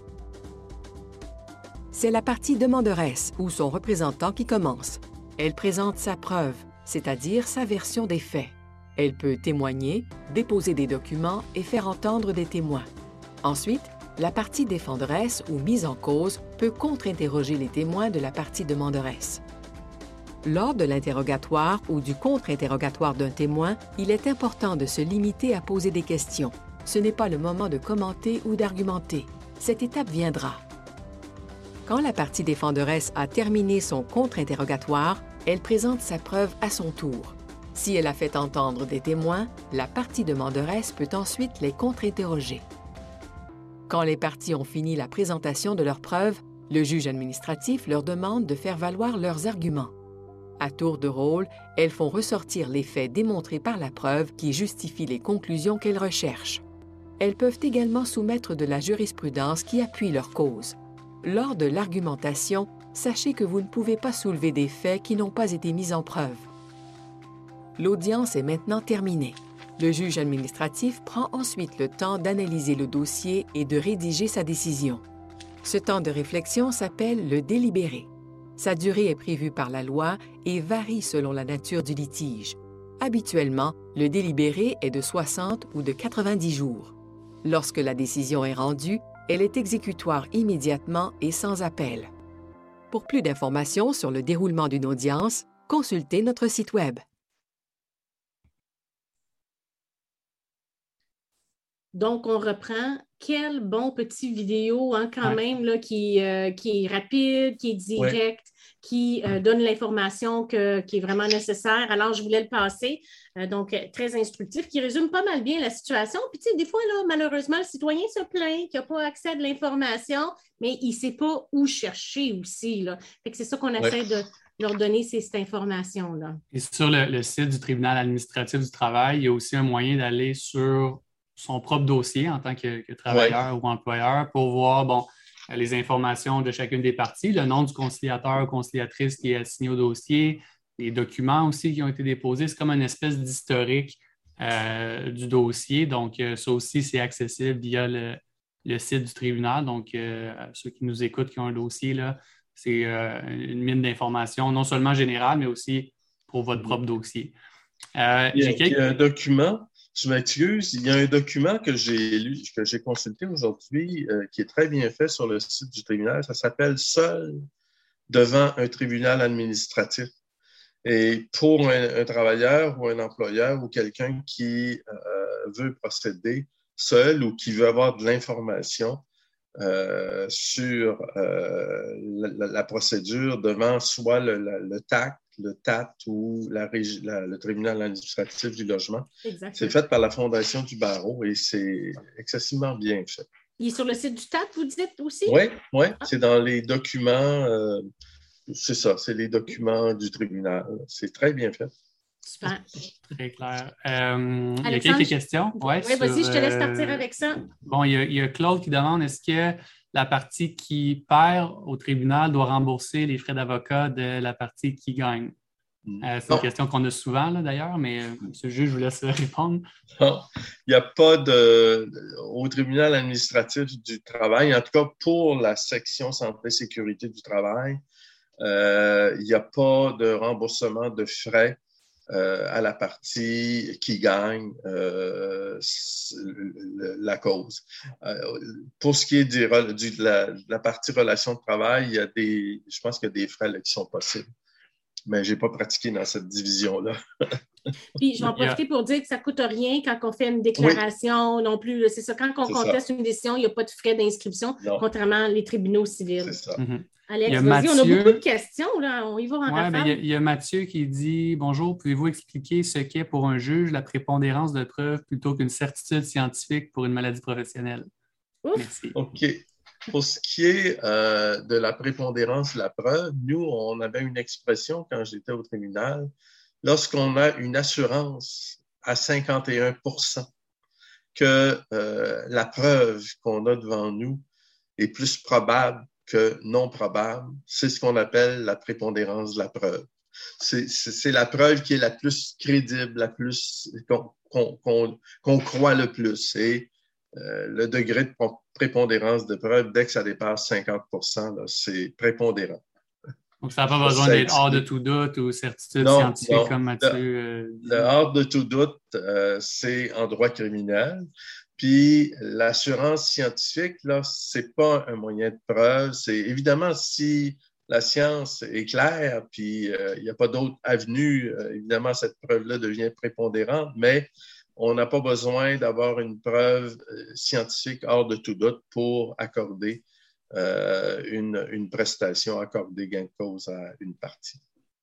C'est la partie demanderesse ou son représentant qui commence. Elle présente sa preuve, c'est-à-dire sa version des faits. Elle peut témoigner, déposer des documents et faire entendre des témoins. Ensuite, la partie défenderesse ou mise en cause peut contre-interroger les témoins de la partie demanderesse. Lors de l'interrogatoire ou du contre-interrogatoire d'un témoin, il est important de se limiter à poser des questions. Ce n'est pas le moment de commenter ou d'argumenter. Cette étape viendra. Quand la partie défenderesse a terminé son contre-interrogatoire, elle présente sa preuve à son tour. Si elle a fait entendre des témoins, la partie demanderesse peut ensuite les contre-interroger. Quand les parties ont fini la présentation de leurs preuves, le juge administratif leur demande de faire valoir leurs arguments. À tour de rôle, elles font ressortir les faits démontrés par la preuve qui justifient les conclusions qu'elles recherchent. Elles peuvent également soumettre de la jurisprudence qui appuie leur cause. Lors de l'argumentation, sachez que vous ne pouvez pas soulever des faits qui n'ont pas été mis en preuve. L'audience est maintenant terminée. Le juge administratif prend ensuite le temps d'analyser le dossier et de rédiger sa décision. Ce temps de réflexion s'appelle le délibéré. Sa durée est prévue par la loi et varie selon la nature du litige. Habituellement, le délibéré est de 60 ou de 90 jours. Lorsque la décision est rendue, elle est exécutoire immédiatement et sans appel. Pour plus d'informations sur le déroulement d'une audience, consultez notre site Web. Donc, on reprend. Quel bon petit vidéo, hein, quand même, là, qui est rapide, qui est direct, qui donne l'information qui est vraiment nécessaire. Alors, je voulais le passer. Donc, très instructif, qui résume pas mal bien la situation. Puis, tu sais, des fois, là, malheureusement, le citoyen se plaint qu'il n'a pas accès à de l'information, mais il ne sait pas où chercher aussi, là. Fait que c'est ça qu'on essaie de leur donner, cette information-là. Et sur le site du tribunal administratif du travail, il y a aussi un moyen d'aller sur son propre dossier en tant que travailleur ou employeur pour voir les informations de chacune des parties, le nom du conciliateur ou conciliatrice qui est assigné au dossier, les documents aussi qui ont été déposés. C'est comme une espèce d'historique du dossier. Donc, ça aussi, c'est accessible via le site du tribunal. Donc, ceux qui nous écoutent, qui ont un dossier, là, c'est une mine d'informations, non seulement générale, mais aussi pour votre propre dossier. Il y a un document, je m'excuse, il y a un document que j'ai lu, que j'ai consulté aujourd'hui, qui est très bien fait sur le site du tribunal. Ça s'appelle « Seul devant un tribunal administratif ». Et pour un travailleur ou un employeur ou quelqu'un qui veut procéder seul ou qui veut avoir de l'information sur la procédure devant soit le TAC, le TAT ou le tribunal administratif du logement. Exactement. C'est fait par la Fondation du barreau et c'est excessivement bien fait. Il est sur le site du TAT, vous dites aussi? Oui, c'est dans les documents, c'est ça, c'est les documents du tribunal. C'est très bien fait. Super. Très clair. Il y a quelques questions. Oui, vas-y, je te laisse partir avec ça. Bon, il y a Claude qui demande, est-ce que la partie qui perd au tribunal doit rembourser les frais d'avocat de la partie qui gagne? C'est une question qu'on a souvent, là, d'ailleurs, mais M. le juge, je vous laisse répondre. Non, il n'y a pas au tribunal administratif du travail, en tout cas pour la section santé et sécurité du travail, il n'y a pas de remboursement de frais à la partie qui gagne la cause. Pour ce qui est de la partie relation de travail, je pense qu'il y a des frais là, qui sont possibles. Mais je n'ai pas pratiqué dans cette division-là. Puis, je vais en profiter pour dire que ça ne coûte rien quand on fait une déclaration non plus. C'est ça, quand on conteste une décision, il n'y a pas de frais d'inscription, contrairement aux tribunaux civils. C'est ça. Alex, vas-y, on a beaucoup de questions, là. On y va en rafale. Il y a Mathieu qui dit « Bonjour, pouvez-vous expliquer ce qu'est pour un juge la prépondérance de preuve plutôt qu'une certitude scientifique pour une maladie professionnelle? » Merci. OK. Pour ce qui est de la prépondérance de la preuve, nous, on avait une expression quand j'étais au tribunal. Lorsqu'on a une assurance à 51% que la preuve qu'on a devant nous est plus probable que non probable, c'est ce qu'on appelle la prépondérance de la preuve. C'est la preuve qui est la plus crédible, la plus qu'on croit le plus. Et le degré de prépondérance de preuve, dès que ça dépasse 50%, là, c'est prépondérant. Donc, ça n'a pas besoin d'être hors de tout doute ou certitude scientifique comme Mathieu dit. Le hors de tout doute, c'est en droit criminel. Puis l'assurance scientifique, là, c'est pas un moyen de preuve. C'est évidemment si la science est claire, puis il n'y a pas d'autre avenue, évidemment cette preuve-là devient prépondérante, mais on n'a pas besoin d'avoir une preuve scientifique hors de tout doute pour accorder une prestation, accorder gain de cause à une partie.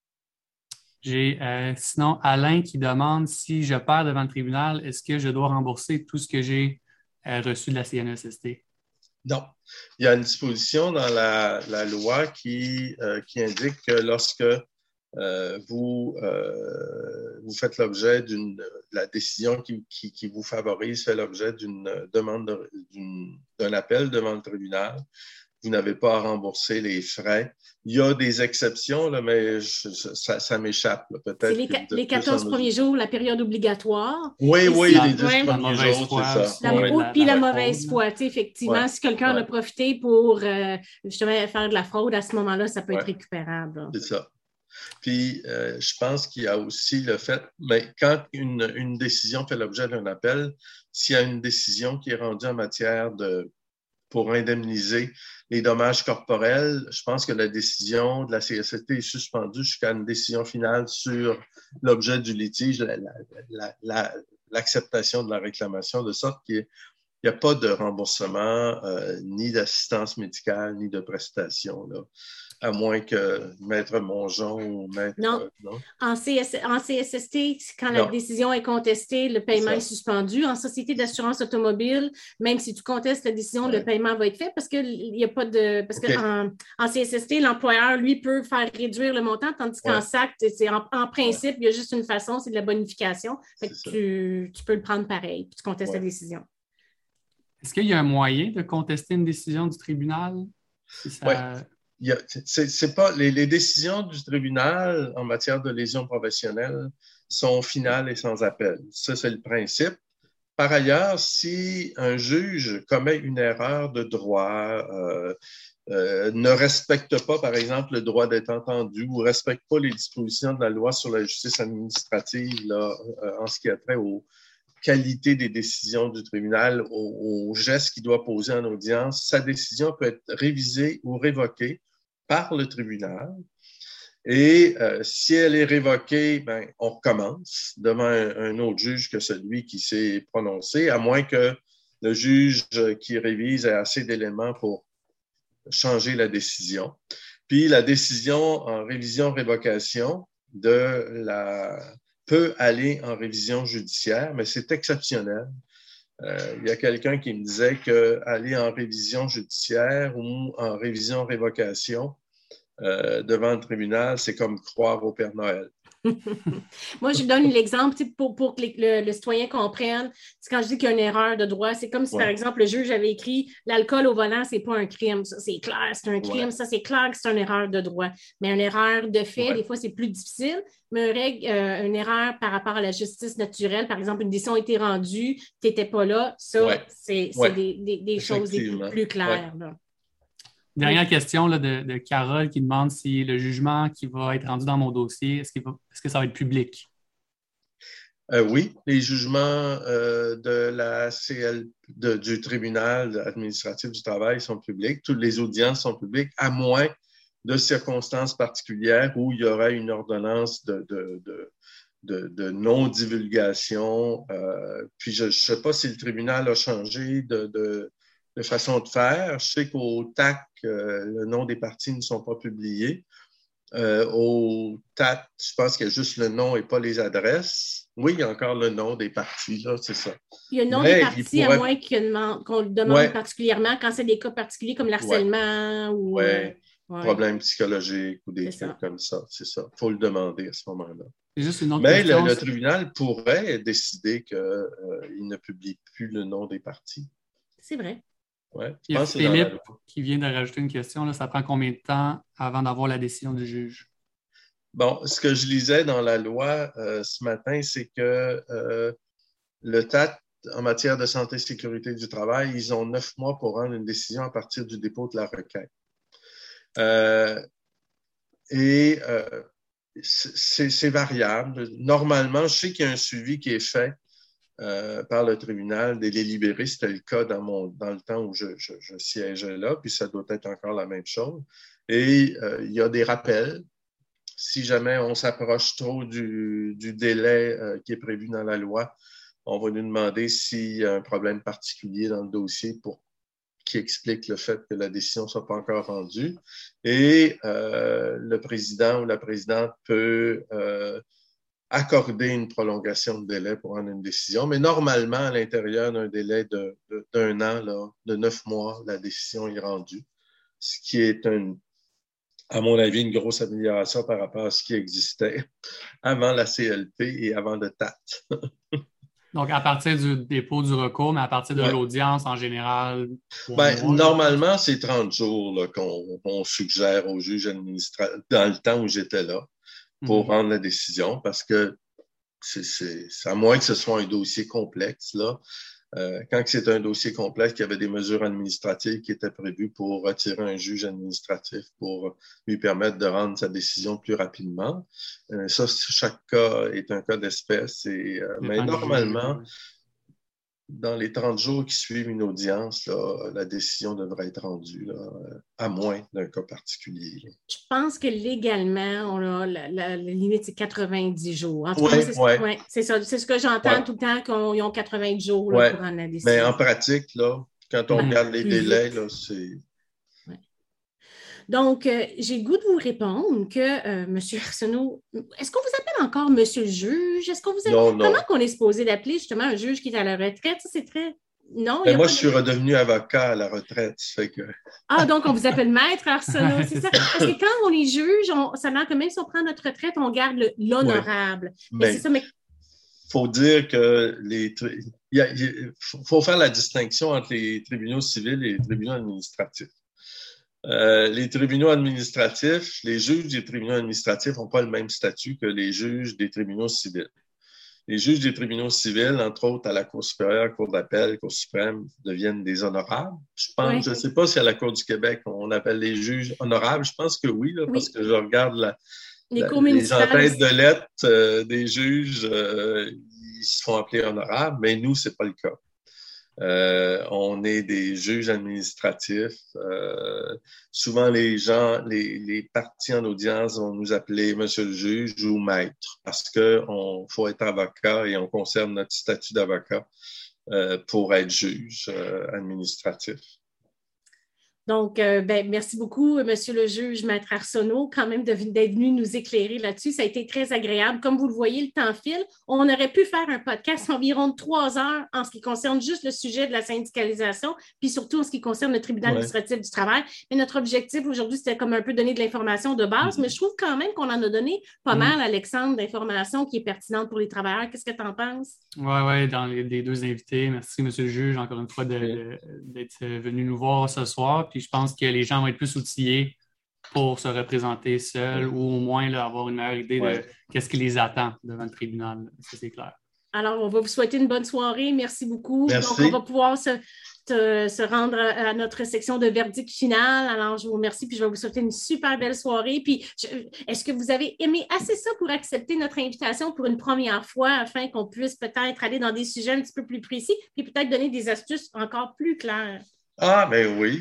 J'ai sinon Alain qui demande si je perds devant le tribunal, est-ce que je dois rembourser tout ce que j'ai reçu de la CNESST? Non. Il y a une disposition dans la loi qui indique que lorsque vous faites l'objet la décision qui vous favorise fait l'objet d'une demande d'un appel devant le tribunal, vous n'avez pas à rembourser les frais. Il y a des exceptions, là, mais ça m'échappe. Peut-être les 14 premiers jours, la période obligatoire. Oui, les 10 premiers jours, c'est ça. Puis la mauvaise foi. Effectivement, si quelqu'un en a profité pour justement faire de la fraude, à ce moment-là, ça peut être récupérable. C'est ça. Puis, je pense qu'il y a aussi le fait, mais quand une décision fait l'objet d'un appel, s'il y a une décision qui est rendue en matière pour indemniser les dommages corporels, je pense que la décision de la CSST est suspendue jusqu'à une décision finale sur l'objet du litige, l'acceptation de la réclamation, de sorte qu'il il n'y a pas de remboursement, ni d'assistance médicale, ni de prestations, là. À moins que Maître Mongeon ou Maître... Non. non? En CSST, quand la Non. décision est contestée, le paiement C'est est ça. suspendu. En société d'assurance automobile, même si tu contestes la décision, Ouais. le paiement va être fait parce qu'il n'y a pas de. Parce OK. qu'en CSST, l'employeur, lui, peut faire réduire le montant, tandis qu'en Ouais. SAC, en principe, il y a juste une façon, c'est de la bonification. Fait que C'est ça. tu peux le prendre pareil, puis tu contestes Ouais. la décision. Est-ce qu'il y a un moyen de contester une décision du tribunal? Si ça... Ouais. C'est pas, les décisions du tribunal en matière de lésion professionnelle sont finales et sans appel. Ça, c'est le principe. Par ailleurs, si un juge commet une erreur de droit, ne respecte pas, par exemple, le droit d'être entendu ou ne respecte pas les dispositions de la loi sur la justice administrative là, en ce qui a trait aux qualités des décisions du tribunal, aux gestes qu'il doit poser en audience, sa décision peut être révisée ou révoquée par le tribunal. Et si elle est révoquée, ben, on recommence devant un autre juge que celui qui s'est prononcé, à moins que le juge qui révise ait assez d'éléments pour changer la décision. Puis la décision en révision-révocation peut aller en révision judiciaire, mais c'est exceptionnel. Il y a quelqu'un qui me disait qu'aller en révision judiciaire ou en révision-révocation devant le tribunal, c'est comme croire au Père Noël. Moi, je donne l'exemple pour que le citoyen comprenne. C'est quand je dis qu'il y a une erreur de droit, c'est comme si, par exemple, le juge avait écrit « L'alcool au volant, c'est pas un crime. » Ça, c'est clair, c'est un crime. Ouais. Ça, c'est clair que c'est une erreur de droit. Mais une erreur de fait, des fois, c'est plus difficile. Mais une erreur par rapport à la justice naturelle, par exemple, une décision a été rendue, tu n'étais pas là, ça, c'est des choses les plus claires. Là. Dernière question là, de Carole qui demande si le jugement qui va être rendu dans mon dossier, est-ce que ça va être public? Oui, les jugements de la du tribunal administratif du travail sont publics. Toutes les audiences sont publiques, à moins de circonstances particulières où il y aurait une ordonnance de non-divulgation. Puis je ne sais pas si le tribunal a changé de façon de faire. Je sais qu'au TAC, le nom des parties ne sont pas publiés. Au TAT, je pense qu'il y a juste le nom et pas les adresses. Oui, il y a encore le nom des parties, là, c'est ça. Il y a le nom des parties, à moins qu'on le demande particulièrement quand c'est des cas particuliers comme l'harcèlement ou... problèmes psychologiques ou des trucs comme ça, c'est ça. Il faut le demander à ce moment-là. Juste une autre Mais question, le tribunal pourrait décider qu'il ne publie plus le nom des parties. C'est vrai. Ouais, il y a Philippe qui vient de rajouter une question. Là, ça prend combien de temps avant d'avoir la décision du juge? Bon, ce que je lisais dans la loi ce matin, c'est que le TAT, en matière de santé et sécurité du travail, ils ont 9 mois pour rendre une décision à partir du dépôt de la requête. C'est variable. Normalement, je sais qu'il y a un suivi qui est fait par le tribunal des délibérés. C'était le cas dans le temps où je siégeais là, puis ça doit être encore la même chose. Et il y a des rappels. Si jamais on s'approche trop du délai qui est prévu dans la loi, on va nous demander s'il y a un problème particulier dans le dossier qui explique le fait que la décision ne soit pas encore rendue. Et le président ou la présidente peut accorder une prolongation de délai pour rendre une décision. Mais normalement, à l'intérieur d'un délai d'un an, là, de 9 mois, la décision est rendue. Ce qui est, à mon avis, une grosse amélioration par rapport à ce qui existait avant la CLP et avant le TAT. Donc, à partir du dépôt du recours, mais à partir de l'audience en général? Normalement, c'est 30 jours là, qu'on suggère au juge administratif, dans le temps où j'étais là, pour rendre la décision, parce que c'est à moins que ce soit un dossier complexe, là. Quand c'est un dossier complexe, il y avait des mesures administratives qui étaient prévues pour retirer un juge administratif, pour lui permettre de rendre sa décision plus rapidement. Ça, chaque cas est un cas d'espèce. Mais normalement, dans les 30 jours qui suivent une audience, là, la décision devrait être rendue, là, à moins d'un cas particulier. Là. Je pense que légalement, la limite, c'est 90 jours. En tout cas, c'est ça. C'est ce que j'entends tout le temps, qu'ils ont 90 jours là, pour rendre la décision. Mais en pratique, là, quand on regarde les délais, là, c'est... Donc, j'ai le goût de vous répondre que, M. Arsenault, est-ce qu'on vous appelle encore M. le juge? Est-ce qu'on vous appelle... Non. Comment qu'on est supposé d'appeler justement un juge qui est à la retraite? Ça, c'est très... Non, mais moi, je suis redevenu avocat à la retraite. Fait que... Ah, donc on vous appelle maître Arsenault, c'est ça? Parce que quand on est juge, ça a l'air que même si on prend notre retraite, on garde l'honorable. Mais c'est ça, mais... faut dire que faut faire la distinction entre les tribunaux civils et les tribunaux administratifs. Les tribunaux administratifs, les juges des tribunaux administratifs n'ont pas le même statut que les juges des tribunaux civils. Les juges des tribunaux civils, entre autres à la Cour supérieure, Cour d'appel, Cour suprême, deviennent des honorables. Je pense, je ne sais pas si à la Cour du Québec, on appelle les juges honorables. Je pense que oui, là, parce que je regarde les entêtes de lettres des juges, ils se font appeler honorables, mais nous, ce n'est pas le cas. On est des juges administratifs. Souvent, les parties en audience vont nous appeler monsieur le juge ou maître parce qu'on faut être avocat et on conserve notre statut d'avocat pour être juge administratif. Donc, merci beaucoup, Monsieur le juge, Maître Arsenault, quand même d'être venu nous éclairer là-dessus. Ça a été très agréable. Comme vous le voyez, le temps file. On aurait pu faire un podcast environ de 3 heures en ce qui concerne juste le sujet de la syndicalisation, puis surtout en ce qui concerne le tribunal administratif du travail. Mais notre objectif aujourd'hui, c'était comme un peu donner de l'information de base, mais je trouve quand même qu'on en a donné pas mal, Alexandre, d'informations qui est pertinente pour les travailleurs. Qu'est-ce que tu en penses? Oui, dans les deux invités. Merci, Monsieur le juge, encore une fois, d'être venu nous voir ce soir. Puis je pense que les gens vont être plus outillés pour se représenter seuls ou au moins là, avoir une meilleure idée de qu'est-ce qui les attend devant le tribunal. Ça, c'est clair. Alors, on va vous souhaiter une bonne soirée. Merci beaucoup. Merci. Donc, on va pouvoir se rendre à notre section de verdict final. Alors, je vous remercie puis je vais vous souhaiter une super belle soirée. Puis, est-ce que vous avez aimé assez ça pour accepter notre invitation pour une première fois afin qu'on puisse peut-être aller dans des sujets un petit peu plus précis puis peut-être donner des astuces encore plus claires? Ah, ben oui,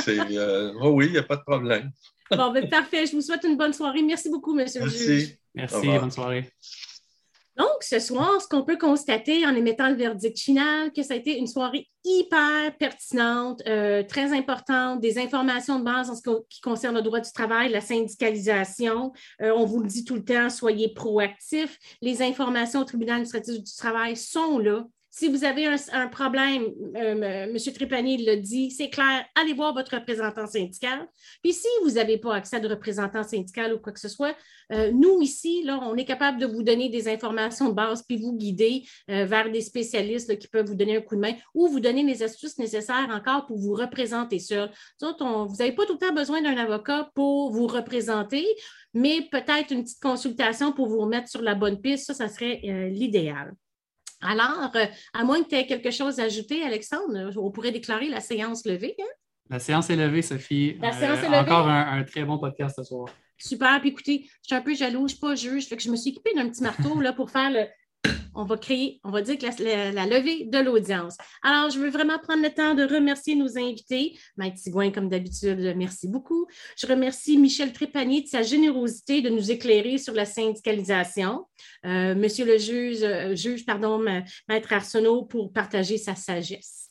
oui, il n'y a pas de problème. Bon, ben parfait. Je vous souhaite une bonne soirée. Merci beaucoup, monsieur le juge. Merci, bonne soirée. Donc, ce soir, ce qu'on peut constater en émettant le verdict final, que ça a été une soirée hyper pertinente, très importante, des informations de base en ce qui concerne le droit du travail, la syndicalisation. On vous le dit tout le temps, soyez proactifs. Les informations au tribunal administratif du travail sont là. Si vous avez un problème, M. Trépanier l'a dit, c'est clair, allez voir votre représentant syndical. Puis si vous n'avez pas accès à de représentant syndical ou quoi que ce soit, nous ici, là, on est capable de vous donner des informations de base puis vous guider vers des spécialistes là, qui peuvent vous donner un coup de main ou vous donner les astuces nécessaires encore pour vous représenter seul. Vous n'avez pas tout le temps besoin d'un avocat pour vous représenter, mais peut-être une petite consultation pour vous remettre sur la bonne piste, ça serait l'idéal. Alors, à moins que tu aies quelque chose à ajouter, Alexandre, on pourrait déclarer la séance levée. Hein? La séance est levée, Sophie. La séance est levée. Encore un très bon podcast ce soir. Super. Puis écoutez, je suis un peu jaloux, je ne suis pas juge, fait que je me suis équipée d'un petit marteau là, pour faire le... On va dire que la levée de l'audience. Alors, je veux vraiment prendre le temps de remercier nos invités. Maître Sigouin, comme d'habitude, merci beaucoup. Je remercie Michel Trépanier de sa générosité de nous éclairer sur la syndicalisation. Monsieur le juge, Maître Arsenault, pour partager sa sagesse.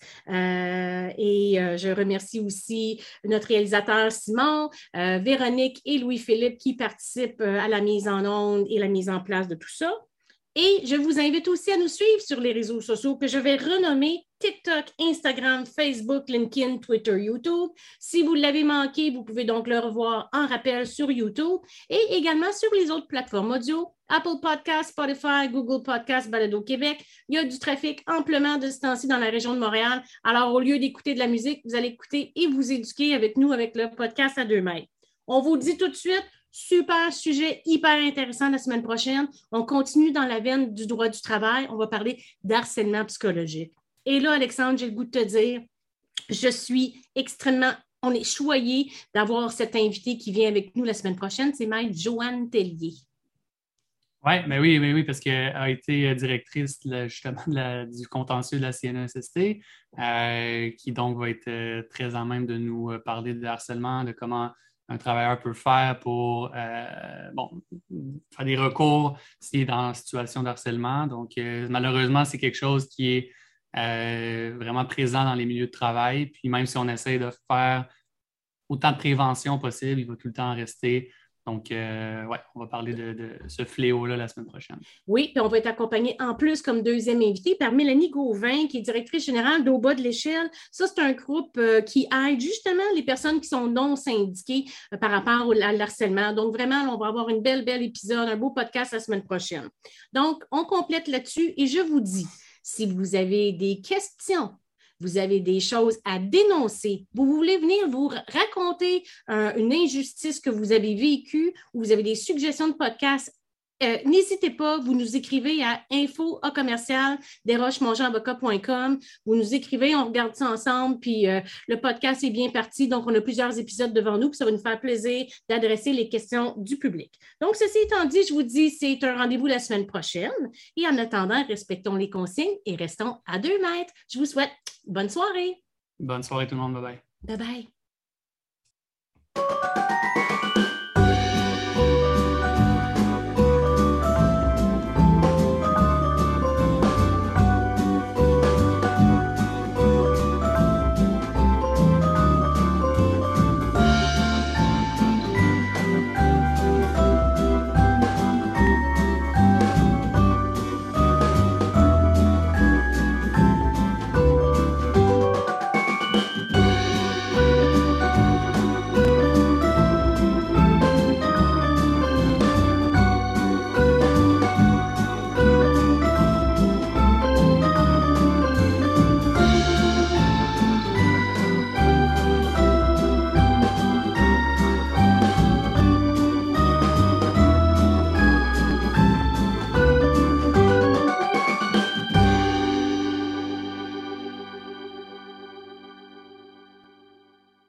Je remercie aussi notre réalisateur Simon, Véronique et Louis-Philippe qui participent à la mise en onde et la mise en place de tout ça. Et je vous invite aussi à nous suivre sur les réseaux sociaux que je vais renommer TikTok, Instagram, Facebook, LinkedIn, Twitter, YouTube. Si vous l'avez manqué, vous pouvez donc le revoir en rappel sur YouTube et également sur les autres plateformes audio, Apple Podcasts, Spotify, Google Podcasts, Balado Québec. Il y a du trafic amplement de ce temps-ci dans la région de Montréal. Alors, au lieu d'écouter de la musique, vous allez écouter et vous éduquer avec nous avec le podcast à 2 mètres. On vous dit tout de suite, super sujet, hyper intéressant la semaine prochaine. On continue dans la veine du droit du travail. On va parler d'harcèlement psychologique. Et là, Alexandre, j'ai le goût de te dire, on est choyés d'avoir cet invité qui vient avec nous la semaine prochaine. C'est Maître Joanne Tellier. Oui, parce qu'elle a été directrice justement du contentieux de la CNESST, qui donc va être très à même de nous parler de harcèlement, de comment un travailleur peut faire pour faire des recours s'il est dans une situation de harcèlement. Donc, malheureusement, c'est quelque chose qui est vraiment présent dans les milieux de travail. Puis même si on essaie de faire autant de prévention possible, il va tout le temps rester. Donc, on va parler de ce fléau-là la semaine prochaine. Oui, puis on va être accompagné en plus comme deuxième invité par Mélanie Gauvin, qui est directrice générale d'Au bas de l'échelle. Ça, c'est un groupe qui aide justement les personnes qui sont non syndiquées par rapport à l'harcèlement. Donc, vraiment, on va avoir une belle épisode, un beau podcast la semaine prochaine. Donc, on complète là-dessus et je vous dis, si vous avez des questions, vous avez des choses à dénoncer, vous voulez venir vous raconter une injustice que vous avez vécue ou vous avez des suggestions de podcasts, n'hésitez pas, vous nous écrivez à info@desrochesmongeantavocat.com. Vous nous écrivez, on regarde ça ensemble, puis le podcast est bien parti, donc on a plusieurs épisodes devant nous, puis ça va nous faire plaisir d'adresser les questions du public. Donc, ceci étant dit, je vous dis, c'est un rendez-vous la semaine prochaine. Et en attendant, respectons les consignes et restons à 2 mètres. Je vous souhaite bonne soirée. Bonne soirée tout le monde, bye-bye. Bye-bye.